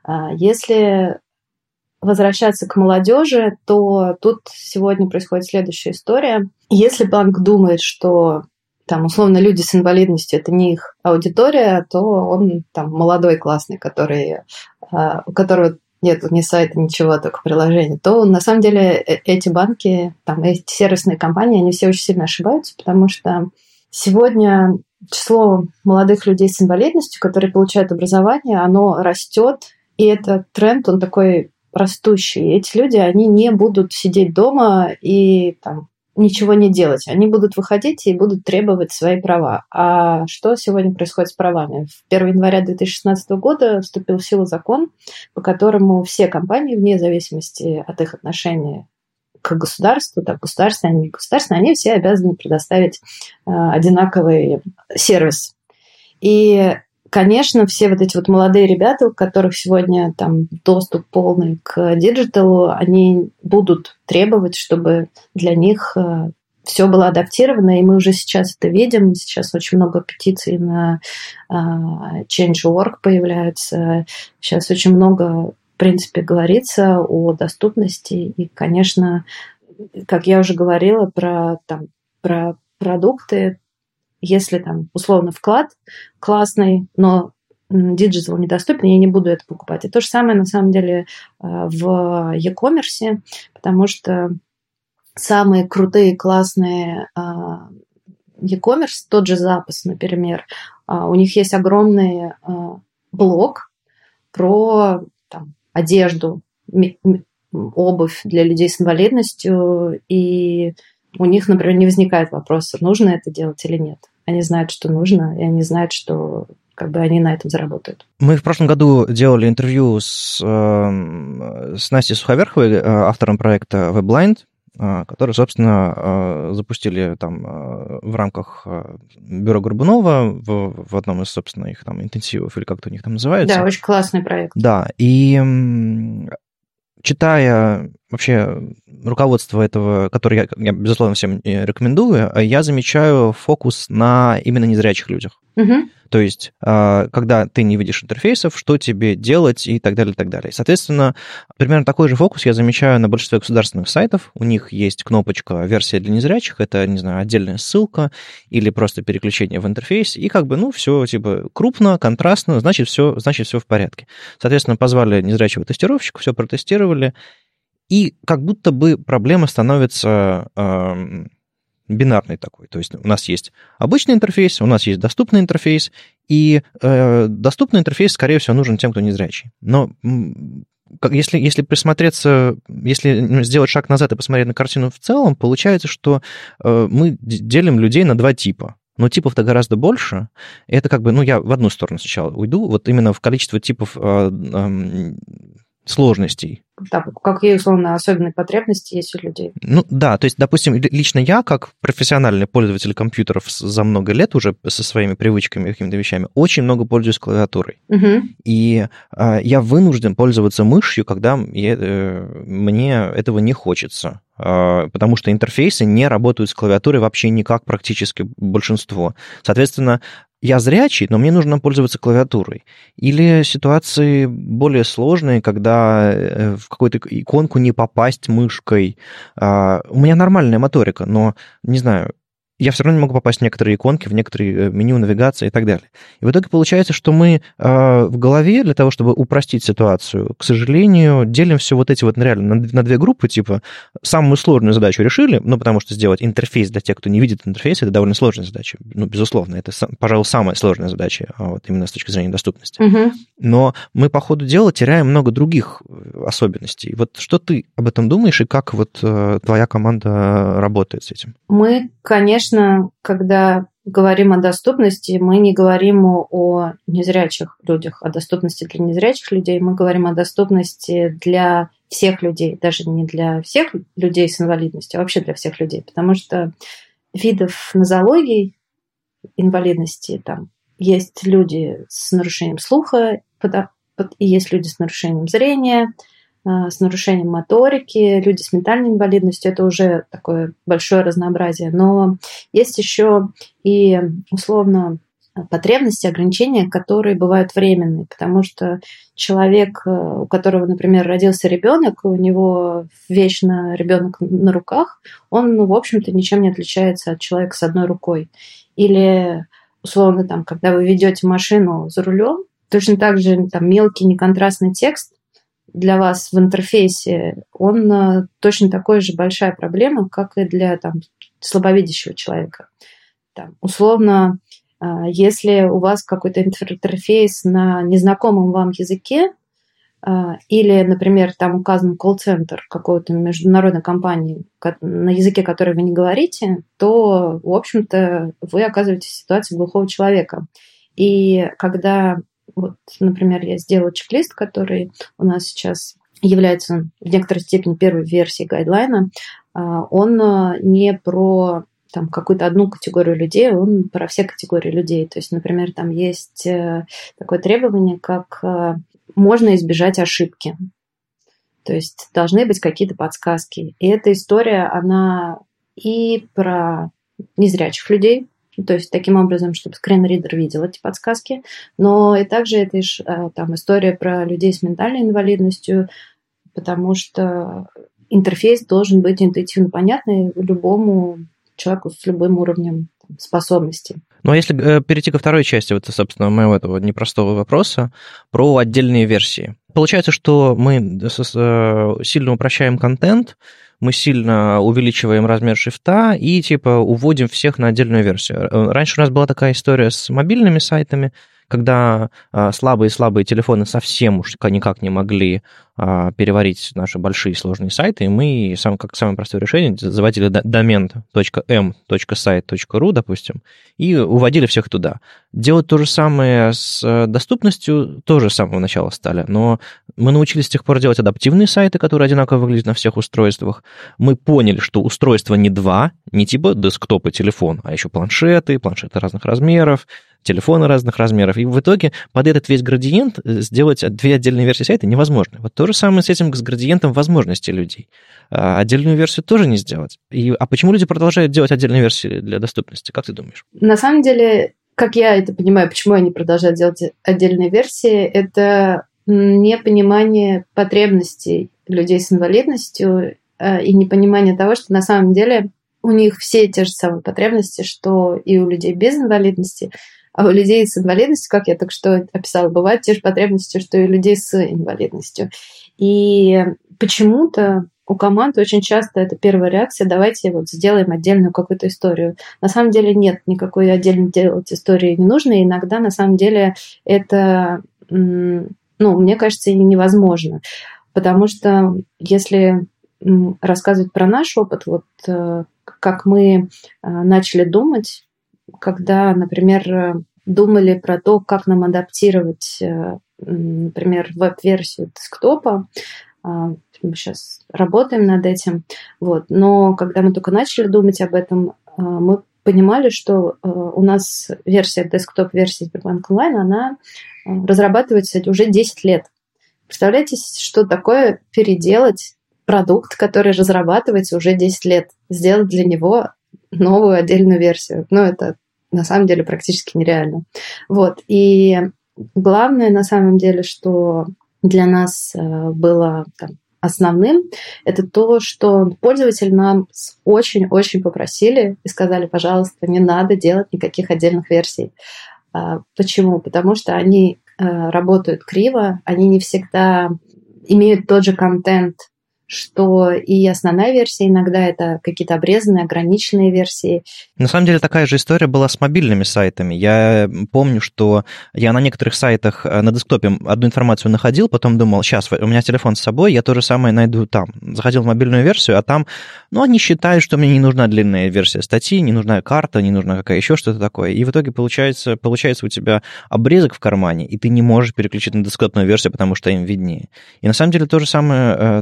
Если возвращаться к молодежи, то тут сегодня происходит следующая история. Если банк думает, что там, условно, люди с инвалидностью – это не их аудитория, то он там молодой, классный, у которого нет ни сайта, ничего, только приложение, то на самом деле эти банки, там, эти сервисные компании, они все очень сильно ошибаются, потому что сегодня число молодых людей с инвалидностью, которые получают образование, оно растет, и этот тренд, он такой растущий. Эти люди, они не будут сидеть дома и там ничего не делать. Они будут выходить и будут требовать свои права. А что сегодня происходит с правами? 1 января 2016 года вступил в силу закон, по которому все компании, вне зависимости от их отношения к государству, так, государственные, не государственные, они все обязаны предоставить одинаковый сервис. И конечно, все вот эти вот молодые ребята, у которых сегодня там доступ полный к диджиталу, они будут требовать, чтобы для них все было адаптировано, и мы уже сейчас это видим. Сейчас очень много петиций на Change.org появляются. Сейчас очень много, в принципе, говорится о доступности. И, конечно, как я уже говорила про продукты, если там условно вклад классный, но диджитал недоступен, я не буду это покупать. И то же самое на самом деле в e-commerce, потому что самые крутые, классные e-commerce, тот же Запас, например, у них есть огромный блог про там, одежду, обувь для людей с инвалидностью, и у них, например, не возникает вопроса, нужно это делать или нет. Они знают, что нужно, и они знают, что как бы они на этом заработают. Мы в прошлом году делали интервью с Настей Суховерховой, автором проекта WebBlind, который, собственно, запустили там в рамках бюро Горбунова в одном из, собственно, их там интенсивов, или как это у них там называется. Да, очень классный проект. Да, и читая вообще руководство этого, которое я безусловно, всем рекомендую, я замечаю фокус на именно незрячих людях. Угу. То есть, когда ты не видишь интерфейсов, что тебе делать и так далее, и так далее. Соответственно, примерно такой же фокус я замечаю на большинстве государственных сайтов. У них есть кнопочка «Версия для незрячих», это, не знаю, отдельная ссылка или просто переключение в интерфейс, и как бы, ну, все типа крупно, контрастно, значит, все в порядке. Соответственно, позвали незрячего тестировщика, все протестировали, и как будто бы проблема становится бинарный такой. То есть у нас есть обычный интерфейс, у нас есть доступный интерфейс, и доступный интерфейс, скорее всего, нужен тем, кто незрячий. Но если присмотреться, если сделать шаг назад и посмотреть на картину в целом, получается, что мы делим людей на два типа. Но типов-то гораздо больше. И это как бы, я в одну сторону сначала уйду, вот именно в количество типов сложностей. Да, какие, условно, особенные потребности есть у людей. Да, то есть, допустим, лично я, как профессиональный пользователь компьютеров за много лет уже со своими привычками, какими-то вещами, очень много пользуюсь клавиатурой. Угу. И я вынужден пользоваться мышью, когда мне этого не хочется, потому что интерфейсы не работают с клавиатурой вообще никак, практически большинство. Соответственно, я зрячий, но мне нужно пользоваться клавиатурой. Или ситуации более сложные, когда в какую-то иконку не попасть мышкой. У меня нормальная моторика, но, не знаю, я все равно не могу попасть в некоторые иконки, в некоторые меню навигации и так далее. И в итоге получается, что мы в голове для того, чтобы упростить ситуацию, к сожалению, делим все вот эти вот реально на две группы, типа самую сложную задачу решили, потому что сделать интерфейс для тех, кто не видит интерфейс, это довольно сложная задача. Безусловно, это, пожалуй, самая сложная задача, вот именно с точки зрения доступности. Угу. Но мы по ходу дела теряем много других особенностей. Вот что ты об этом думаешь и как вот твоя команда работает с этим? Мы, конечно, когда говорим о доступности, мы не говорим о незрячих людях, о доступности для незрячих людей, мы говорим о доступности для всех людей, даже не для всех людей с инвалидностью, а вообще для всех людей, потому что видов нозологий инвалидности там есть люди с нарушением слуха, и есть люди с нарушением зрения, с нарушением моторики, люди с ментальной инвалидностью, это уже такое большое разнообразие. Но есть еще и, условно, потребности, ограничения, которые бывают временные, потому что человек, у которого, например, родился ребенок, у него вечно ребенок на руках, он, в общем-то, ничем не отличается от человека с одной рукой. Или, условно, там, когда вы ведете машину за рулем, точно так же там, мелкий неконтрастный текст для вас в интерфейсе, он точно такой же большая проблема, как и для там, слабовидящего человека. Там, условно, если у вас какой-то интерфейс на незнакомом вам языке, или, например, там указан колл-центр какой-то международной компании на языке, который вы не говорите, то, в общем-то, вы оказываетесь в ситуации глухого человека. И когда вот, например, я сделала чек-лист, который у нас сейчас является в некоторой степени первой версией гайдлайна. Он не про там, какую-то одну категорию людей, он про все категории людей. То есть, например, там есть такое требование, как можно избежать ошибки. То есть должны быть какие-то подсказки. И эта история, она и про незрячих людей, то есть таким образом, чтобы скринридер видел эти подсказки, но и также это там, история про людей с ментальной инвалидностью, потому что интерфейс должен быть интуитивно понятный любому человеку с любым уровнем способностей. Ну, а если перейти ко второй части, вот, собственно, моего этого непростого вопроса про отдельные версии. Получается, что мы сильно упрощаем контент, мы сильно увеличиваем размер шрифта и, уводим всех на отдельную версию. Раньше у нас была такая история с мобильными сайтами, когда слабые телефоны совсем уж никак не могли переварить наши большие сложные сайты, и мы, как самое простое решение, заводили домен .m.site.ru, допустим, и уводили всех туда. Делать то же самое с доступностью тоже с самого начала стали, но мы научились с тех пор делать адаптивные сайты, которые одинаково выглядят на всех устройствах. Мы поняли, что устройства не два, не типа десктоп и телефон, а еще планшеты разных размеров, телефоны разных размеров. И в итоге под этот весь градиент сделать две отдельные версии сайта невозможно. Вот то же самое с этим, с градиентом возможностей людей. Отдельную версию тоже не сделать. А почему люди продолжают делать отдельные версии для доступности? Как ты думаешь? На самом деле, как я это понимаю, почему они продолжают делать отдельные версии, это непонимание потребностей людей с инвалидностью и непонимание того, что на самом деле у них все те же самые потребности, что и у людей без инвалидности, а у людей с инвалидностью, как я только что описала, бывают те же потребности, что и у людей с инвалидностью. И почему-то у команд очень часто это первая реакция: давайте вот сделаем отдельную какую-то историю. На самом деле нет, никакой отдельно делать истории не нужно. И иногда на самом деле это, мне кажется, и невозможно. Потому что если рассказывать про наш опыт, вот как мы начали думать, когда, например, думали про то, как нам адаптировать, например, веб-версию десктопа. Мы сейчас работаем над этим. Вот. Но когда мы только начали думать об этом, мы понимали, что у нас версия десктоп-версии Сбербанк Онлайн, она разрабатывается уже 10 лет. Представляете, что такое переделать продукт, который разрабатывается уже 10 лет, сделать для него новую отдельную версию? Ну, это на самом деле практически нереально. Вот. И главное, на самом деле, что для нас было основным, это то, что пользователи нам очень-очень попросили и сказали, пожалуйста, не надо делать никаких отдельных версий. Почему? Потому что они работают криво, они не всегда имеют тот же контент, что и основная версия, иногда это какие-то обрезанные, ограниченные версии. На самом деле такая же история была с мобильными сайтами. Я помню, что я на некоторых сайтах на десктопе одну информацию находил, потом думал, сейчас, у меня телефон с собой, я то же самое найду там. Заходил в мобильную версию, а там, они считают, что мне не нужна длинная версия статьи, не нужна карта, не нужна какая еще что-то такое. И в итоге получается у тебя обрезок в кармане, и ты не можешь переключить на десктопную версию, потому что им виднее. И на самом деле то же самое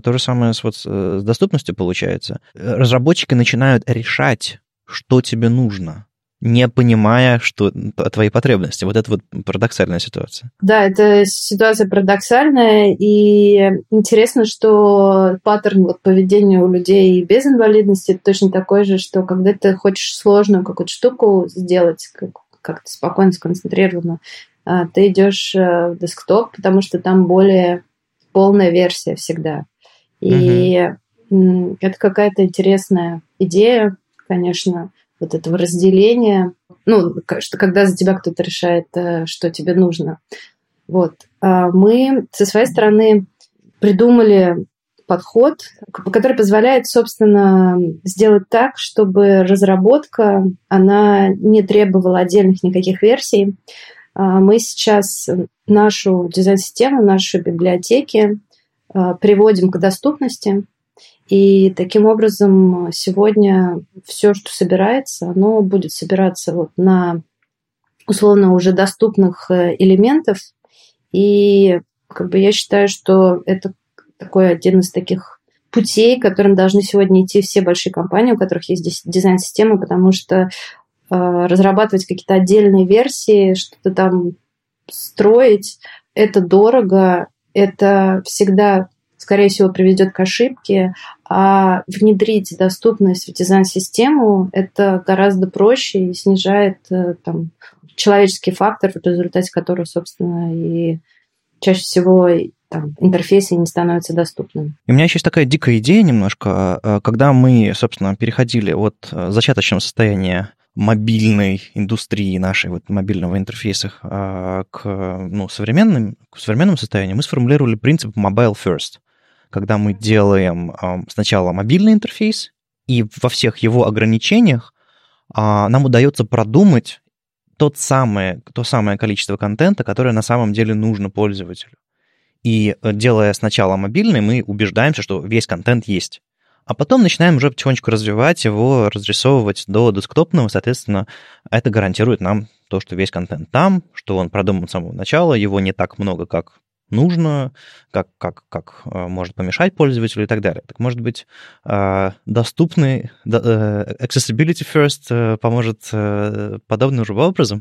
с доступностью получается. Разработчики начинают решать, что тебе нужно, не понимая, что твои потребности. Вот это вот парадоксальная ситуация. Да, это ситуация парадоксальная, и интересно, что паттерн поведения у людей без инвалидности точно такой же, что когда ты хочешь сложную какую-то штуку сделать, как-то спокойно, сконцентрированно, ты идешь в десктоп, потому что там более полная версия всегда. И это какая-то интересная идея, конечно, вот этого разделения, что когда за тебя кто-то решает, что тебе нужно. Вот. Мы со своей стороны придумали подход, который позволяет, собственно, сделать так, чтобы разработка, она не требовала отдельных никаких версий. Мы сейчас нашу дизайн-систему, наши библиотеки приводим к доступности, и таким образом сегодня все, что собирается, оно будет собираться на условно уже доступных элементов, и я считаю, что это такой один из таких путей, которым должны сегодня идти все большие компании, у которых есть дизайн-системы, потому что разрабатывать какие-то отдельные версии, что-то там строить, это дорого, это всегда, скорее всего, приведет к ошибке, а внедрить доступность в дизайн-систему это гораздо проще и снижает человеческий фактор, в результате которого, собственно, и чаще всего интерфейсы не становятся доступными. И у меня еще есть такая дикая идея немножко, когда мы, собственно, переходили от зачаточного состояния мобильной индустрии нашей, мобильного интерфейса к современному состоянию, мы сформулировали принцип mobile first, когда мы делаем сначала мобильный интерфейс, и во всех его ограничениях нам удается продумать то самое количество контента, которое на самом деле нужно пользователю. И делая сначала мобильный, мы убеждаемся, что весь контент есть. А потом начинаем уже потихонечку развивать его, разрисовывать до десктопного. Соответственно, это гарантирует нам то, что весь контент там, что он продуман с самого начала, его не так много, как нужно, как может помешать пользователю и так далее. Так, может быть, доступный accessibility first поможет подобным же образом?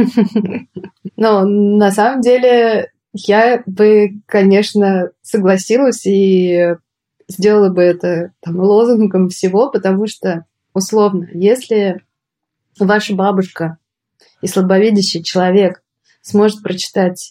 На самом деле, я бы, конечно, согласилась и сделала бы это лозунгом всего, потому что, условно, если ваша бабушка и слабовидящий человек сможет прочитать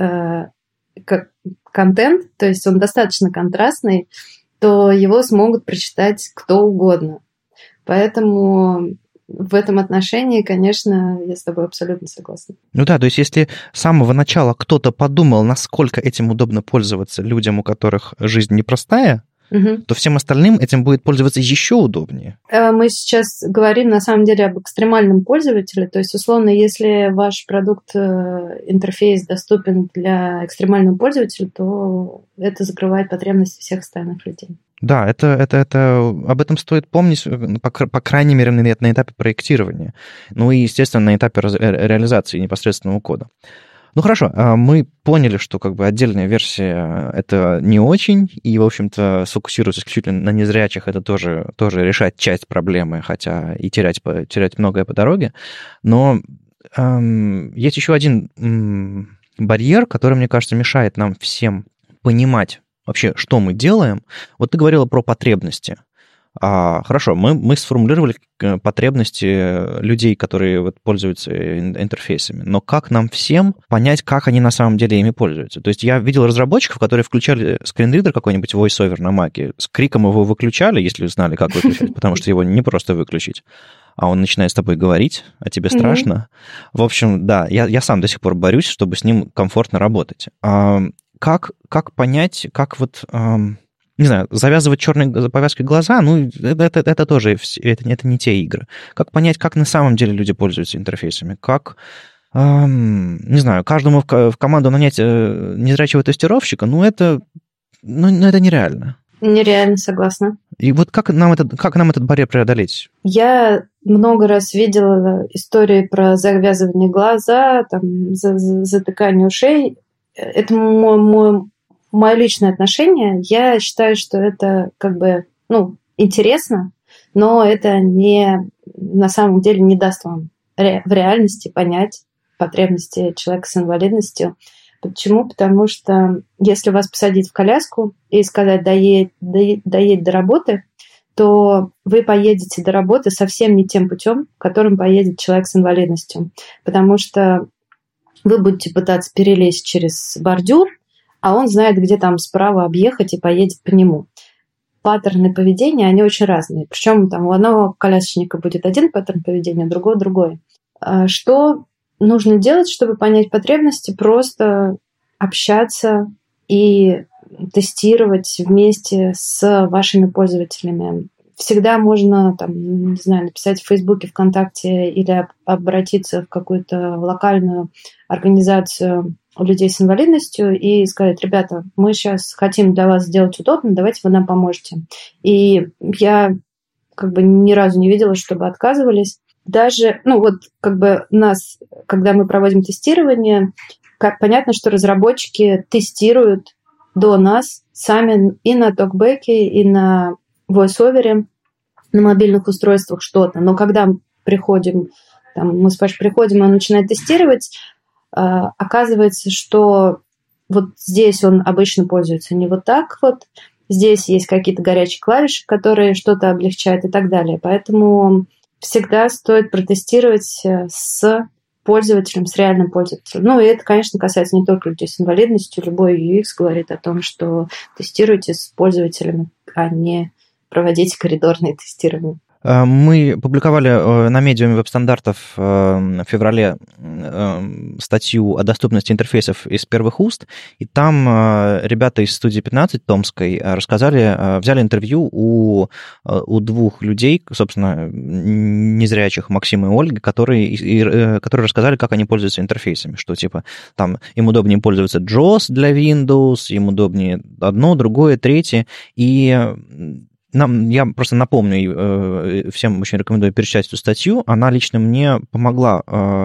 контент, то есть он достаточно контрастный, то его смогут прочитать кто угодно. Поэтому в этом отношении, конечно, я с тобой абсолютно согласна. То есть если с самого начала кто-то подумал, насколько этим удобно пользоваться людям, у которых жизнь непростая, то всем остальным этим будет пользоваться еще удобнее. Мы сейчас говорим, на самом деле, об экстремальном пользователе. То есть, условно, если ваш продукт, интерфейс доступен для экстремального пользователя, то это закрывает потребности всех остальных людей. Да, об этом стоит помнить, по крайней мере, на этапе проектирования. Ну и, естественно, на этапе реализации непосредственного кода. Ну хорошо, мы поняли, что как бы отдельная версия это не очень, и, в общем-то, сфокусироваться исключительно на незрячих это тоже решать часть проблемы, хотя и терять многое по дороге. Но есть еще один барьер, который, мне кажется, мешает нам всем понимать вообще, что мы делаем. Вот ты говорила про потребности. Хорошо, мы сформулировали потребности людей, которые вот пользуются интерфейсами, но как нам всем понять, как они на самом деле ими пользуются? То есть я видел разработчиков, которые включали скринридер какой-нибудь VoiceOver на Маке, с криком его выключали, если знали, как выключать, потому что его не просто выключить, а он начинает с тобой говорить, а тебе страшно. В общем, да, я сам до сих пор борюсь, чтобы с ним комфортно работать. Как понять, как вот... не знаю, завязывать черной повязкой глаза, ну, это тоже, это не те игры. Как понять, как на самом деле люди пользуются интерфейсами? Как, не знаю, каждому в команду нанять незрячего тестировщика, это нереально. Нереально, согласна. И вот как нам этот барьер преодолеть? Я много раз видела истории про завязывание глаза, там, затыкание ушей. Это мое личное отношение, я считаю, что это как бы, интересно, но это на самом деле не даст вам в реальности понять потребности человека с инвалидностью. Почему? Потому что если вас посадить в коляску и сказать доедь до работы, то вы поедете до работы совсем не тем путем, которым поедет человек с инвалидностью. Потому что вы будете пытаться перелезть через бордюр, а он знает, где там справа объехать и поедет по нему. Паттерны поведения, они очень разные. Причем там у одного колясочника будет один паттерн поведения, у другого другой. Что нужно делать, чтобы понять потребности? Просто общаться и тестировать вместе с вашими пользователями. Всегда можно, написать в Фейсбуке, ВКонтакте или обратиться в какую-то локальную организацию у людей с инвалидностью и сказать: ребята, мы сейчас хотим для вас сделать удобно, давайте вы нам поможете. И я ни разу не видела, чтобы отказывались. Даже, нас, когда мы проводим тестирование, понятно, что разработчики тестируют до нас сами и на токбеке, и на VoiceOver, на мобильных устройствах что-то. Но когда мы приходим, мы с Пашей приходим, он начинает тестировать, оказывается, что вот здесь он обычно пользуется не вот так вот, здесь есть какие-то горячие клавиши, которые что-то облегчают и так далее. Поэтому всегда стоит протестировать с пользователем, с реальным пользователем. И это, конечно, касается не только людей с инвалидностью. Любой UX говорит о том, что тестируйте с пользователями, а не проводите коридорные тестирования. Мы публиковали на медиуме веб-стандартов в феврале статью о доступности интерфейсов из первых уст, и там ребята из студии 15 Томской взяли интервью у двух людей, собственно, незрячих, Максима и Ольги, которые рассказали, как они пользуются интерфейсами, что им удобнее пользоваться JAWS для Windows, им удобнее одно, другое, третье, и я просто напомню, всем очень рекомендую перечитать эту статью. Она лично мне помогла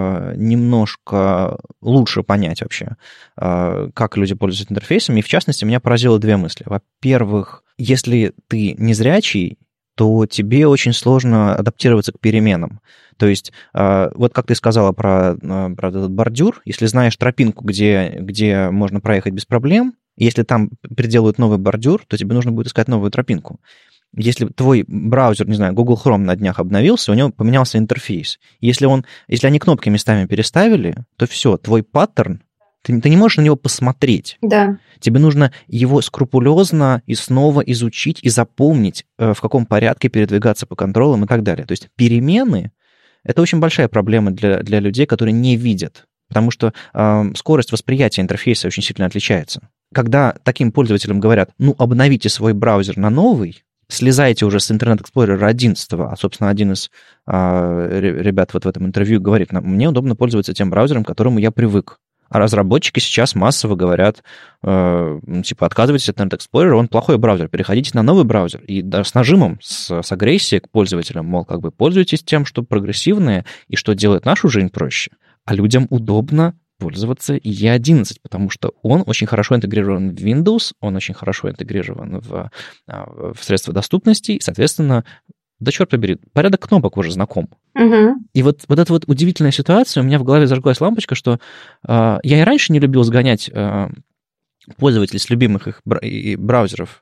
немножко лучше понять вообще, как люди пользуются интерфейсами. И, в частности, меня поразило две мысли. Во-первых, если ты незрячий, то тебе очень сложно адаптироваться к переменам. То есть, вот как ты сказала про этот бордюр, если знаешь тропинку, где можно проехать без проблем, если там приделают новый бордюр, то тебе нужно будет искать новую тропинку. Если твой браузер, не знаю, Google Chrome на днях обновился, у него поменялся интерфейс. Если они кнопки местами переставили, то все, твой паттерн, ты не можешь на него посмотреть. Да. Тебе нужно его скрупулезно и снова изучить и запомнить, в каком порядке передвигаться по контролам и так далее. То есть перемены — это очень большая проблема для людей, которые не видят, потому что скорость восприятия интерфейса очень сильно отличается. когда таким пользователям говорят, обновите свой браузер на новый, слезайте уже с Internet Explorer 11, а, собственно, один из ребят вот в этом интервью говорит, мне удобно пользоваться тем браузером, к которому я привык. А разработчики сейчас массово говорят, отказывайтесь от Internet Explorer, он плохой браузер, переходите на новый браузер. И с нажимом, с агрессией к пользователям, мол, пользуйтесь тем, что прогрессивное и что делает нашу жизнь проще. А людям удобно пользоваться E11, потому что он очень хорошо интегрирован в Windows, он очень хорошо интегрирован в средства доступности, и, соответственно, да черт побери, порядок кнопок уже знаком. Угу. И вот эта вот удивительная ситуация, у меня в голове зажглась лампочка, что я и раньше не любил сгонять пользователей с любимых их браузеров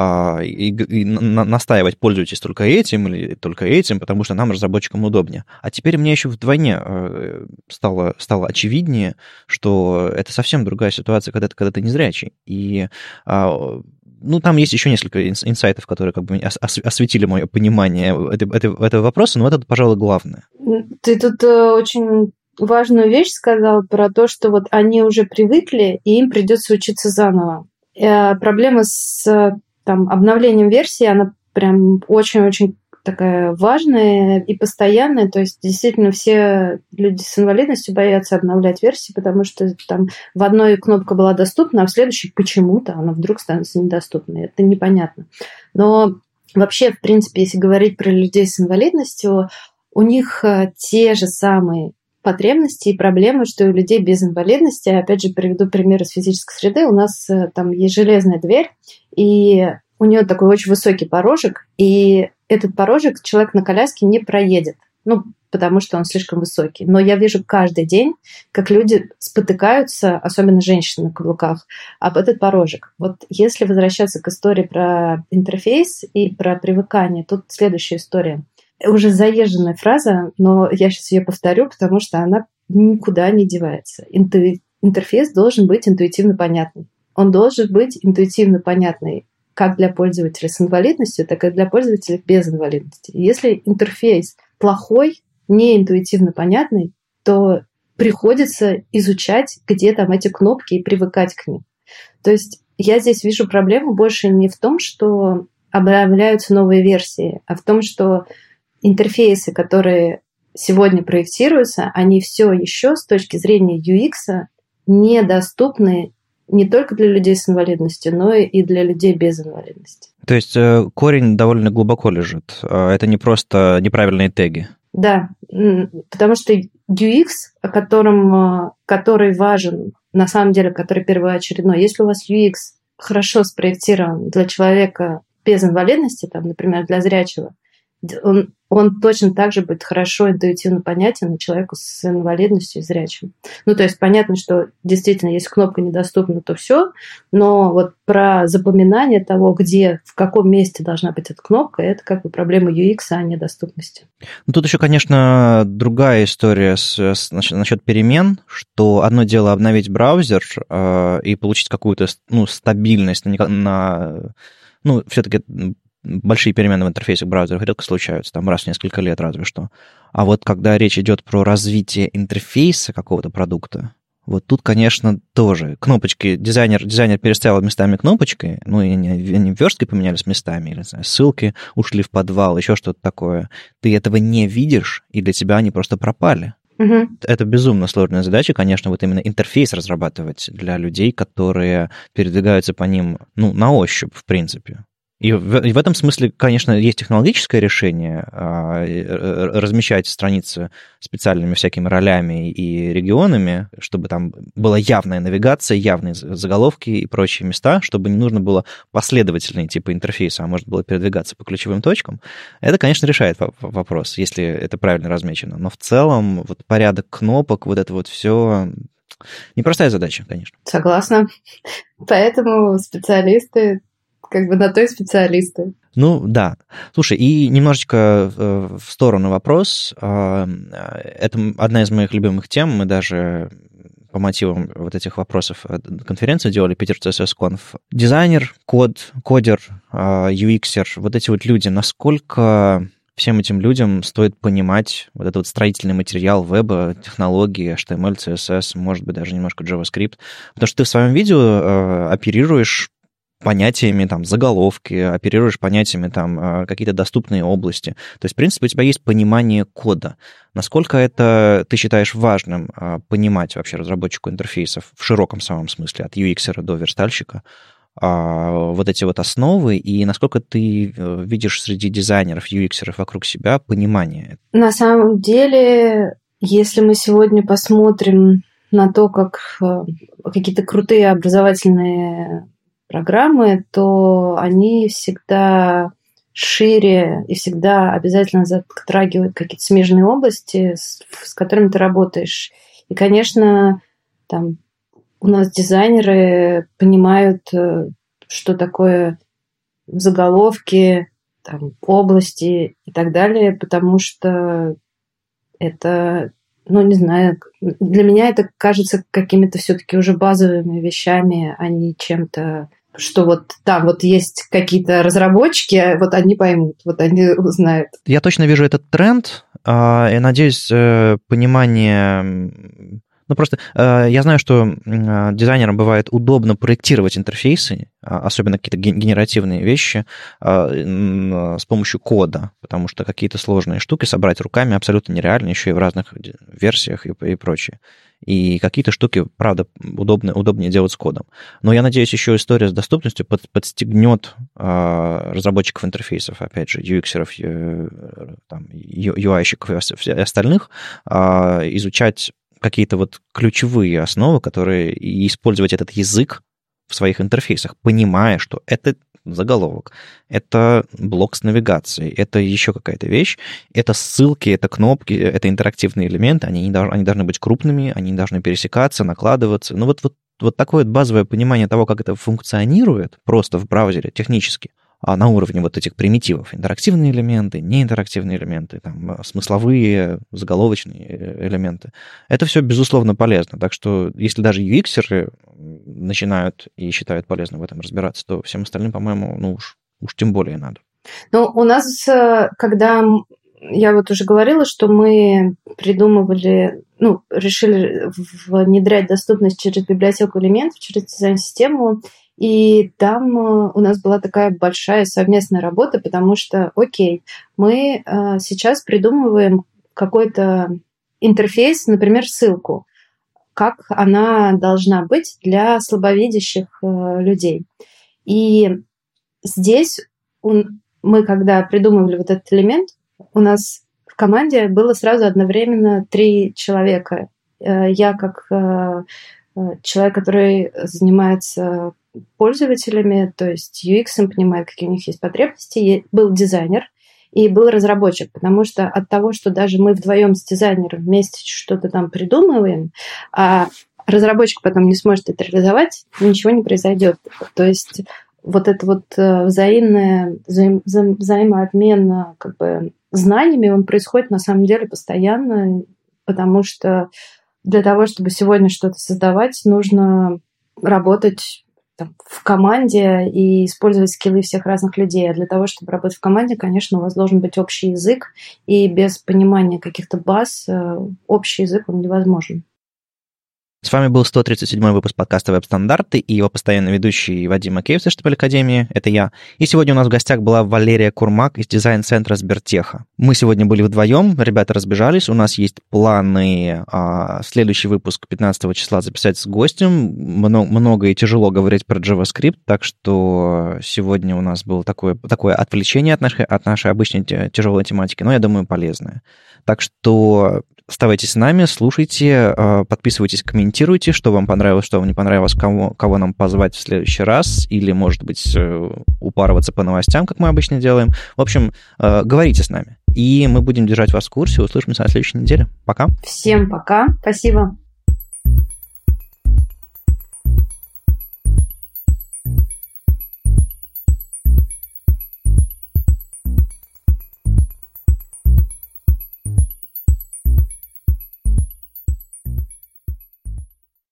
и настаивать, пользуйтесь только этим или только этим, потому что нам, разработчикам, удобнее. А теперь мне еще вдвойне стало очевиднее, что это совсем другая ситуация, когда ты незрячий. И там есть еще несколько инсайтов, которые осветили мое понимание этого вопроса, но это, пожалуй, главное. Ты тут очень важную вещь сказал про то, что вот они уже привыкли, и им придется учиться заново. Проблема с обновлением версии, она прям очень-очень такая важная и постоянная. То есть действительно все люди с инвалидностью боятся обновлять версии, потому что там в одной кнопка была доступна, а в следующей почему-то она вдруг становится недоступной. Это непонятно. Но вообще, в принципе, если говорить про людей с инвалидностью, у них те же самые потребности и проблемы, что и у людей без инвалидности. Опять же, приведу пример из физической среды. У нас там есть железная дверь, и у нее такой очень высокий порожек, и этот порожек человек на коляске не проедет, потому что он слишком высокий. Но я вижу каждый день, как люди спотыкаются, особенно женщины на каблуках, об этот порожек. Вот если возвращаться к истории про интерфейс и про привыкание, тут следующая история. Уже заезженная фраза, но я сейчас ее повторю, потому что она никуда не девается. Интерфейс должен быть интуитивно понятный. Он должен быть интуитивно понятный как для пользователя с инвалидностью, так и для пользователя без инвалидности. Если интерфейс плохой, не интуитивно понятный, то приходится изучать, где там эти кнопки, и привыкать к ним. То есть я здесь вижу проблему больше не в том, что обновляются новые версии, а в том, что интерфейсы, которые сегодня проектируются, они все еще с точки зрения UX недоступны не только для людей с инвалидностью, но и для людей без инвалидности. То есть корень довольно глубоко лежит. Это не просто неправильные теги. Да, потому что UX, который важен, на самом деле, который первоочередной. Если у вас UX хорошо спроектирован для человека без инвалидности, например, для зрячего, он точно так же будет хорошо интуитивно понятен и человеку с инвалидностью и зрячим. То есть понятно, что действительно, если кнопка недоступна, то все, но вот про запоминание того, где, в каком месте должна быть эта кнопка, это проблема UX, а не доступности. Тут еще, конечно, другая история насчет перемен, что одно дело обновить браузер и получить какую-то стабильность все-таки большие перемены в интерфейсах браузеров редко случаются, раз в несколько лет разве что. А вот когда речь идет про развитие интерфейса какого-то продукта, вот тут, конечно, тоже кнопочки, дизайнер переставил местами кнопочкой, и они версткой поменялись местами, или, не знаю, ссылки ушли в подвал, еще что-то такое. Ты этого не видишь, и для тебя они просто пропали. Угу. Это безумно сложная задача, конечно, вот именно интерфейс разрабатывать для людей, которые передвигаются по ним, на ощупь, в принципе. И в этом смысле, конечно, есть технологическое решение размещать страницы специальными всякими ролями и регионами, чтобы там была явная навигация, явные заголовки и прочие места, чтобы не нужно было последовательные типы интерфейса, а можно было передвигаться по ключевым точкам. Это, конечно, решает вопрос, если это правильно размечено. Но в целом вот порядок кнопок, вот это вот все непростая задача, конечно. Согласна. Поэтому специалисты на то и специалисты. Да. Слушай, и немножечко в сторону вопрос. Это одна из моих любимых тем. Мы даже по мотивам вот этих вопросов конференции делали Питер CSS Conf. Дизайнер, кодер, UXер, вот эти вот люди, насколько всем этим людям стоит понимать вот этот вот строительный материал веба, технологии, HTML, CSS, может быть, даже немножко JavaScript. Потому что ты в своем видео оперируешь понятиями там заголовки, оперируешь понятиями там какие-то доступные области. То есть, в принципе, у тебя есть понимание кода. Насколько это ты считаешь важным понимать вообще разработчику интерфейсов в широком самом смысле, от UX-ера до верстальщика, вот эти вот основы, и насколько ты видишь среди дизайнеров, UX-еров вокруг себя понимание? На самом деле, если мы сегодня посмотрим на то, как какие-то крутые образовательные программы, то они всегда шире и всегда обязательно затрагивают какие-то смежные области, с которыми ты работаешь. И, конечно, там у нас дизайнеры понимают, что такое заголовки, там, области и так далее, потому что это, не знаю, для меня это кажется какими-то все-таки уже базовыми вещами, а не чем-то, что вот там вот есть какие-то разработчики, вот они поймут, вот они узнают. Я точно вижу этот тренд, и надеюсь, понимание... просто я знаю, что дизайнерам бывает удобно проектировать интерфейсы, особенно какие-то генеративные вещи, с помощью кода, потому что какие-то сложные штуки собрать руками абсолютно нереально, еще и в разных версиях и прочее. И какие-то штуки, правда, удобнее делать с кодом. Но я надеюсь, еще история с доступностью подстегнет разработчиков интерфейсов, опять же, UX-еров, UI-щиков и остальных изучать какие-то вот ключевые основы, которые и использовать этот язык в своих интерфейсах, понимая, что это заголовок, это блок с навигацией, это еще какая-то вещь, это ссылки, это кнопки, это интерактивные элементы, они должны быть крупными, они должны пересекаться, накладываться. Вот такое вот базовое понимание того, как это функционирует просто в браузере технически, на уровне вот этих примитивов. Интерактивные элементы, неинтерактивные элементы, там, смысловые, заголовочные элементы. Это все, безусловно, полезно. Так что, если даже UX-еры начинают и считают полезным в этом разбираться, то всем остальным, по-моему, уж тем более надо. У нас, когда я вот уже говорила, что мы придумывали, решили внедрять доступность через библиотеку элементов, через дизайн-систему, и там у нас была такая большая совместная работа, потому что, мы сейчас придумываем какой-то интерфейс, например, ссылку, как она должна быть для слабовидящих людей. И здесь мы, когда придумывали вот этот элемент, у нас в команде было сразу одновременно 3 человека. Я как человек, который занимается пользователями, то есть UX, понимает, какие у них есть потребности, был дизайнер и был разработчик, потому что от того, что даже мы вдвоем с дизайнером вместе что-то там придумываем, а разработчик потом не сможет это реализовать, ничего не произойдет. То есть вот это вот взаимообмен знаниями, он происходит на самом деле постоянно, потому что для того, чтобы сегодня что-то создавать, нужно работать в команде и использовать скиллы всех разных людей. А для того, чтобы работать в команде, конечно, у вас должен быть общий язык, и без понимания каких-то баз общий язык, он невозможен. С вами был 137-й выпуск подкаста «Веб-стандарты» и его постоянный ведущий Вадим Макеев с HTML Академии, это я. И сегодня у нас в гостях была Валерия Курмак из дизайн-центра Сбертеха. Мы сегодня были вдвоем, ребята разбежались, у нас есть планы следующий выпуск 15 числа записать с гостем. Много и тяжело говорить про JavaScript, так что сегодня у нас было такое отвлечение от нашей обычной тяжелой тематики, но, я думаю, полезное. Так что оставайтесь с нами, слушайте, подписывайтесь, комментируйте, что вам понравилось, что вам не понравилось, кого нам позвать в следующий раз, или, может быть, упарываться по новостям, как мы обычно делаем. В общем, говорите с нами, и мы будем держать вас в курсе. Услышимся на следующей неделе. Пока. Всем пока. Спасибо.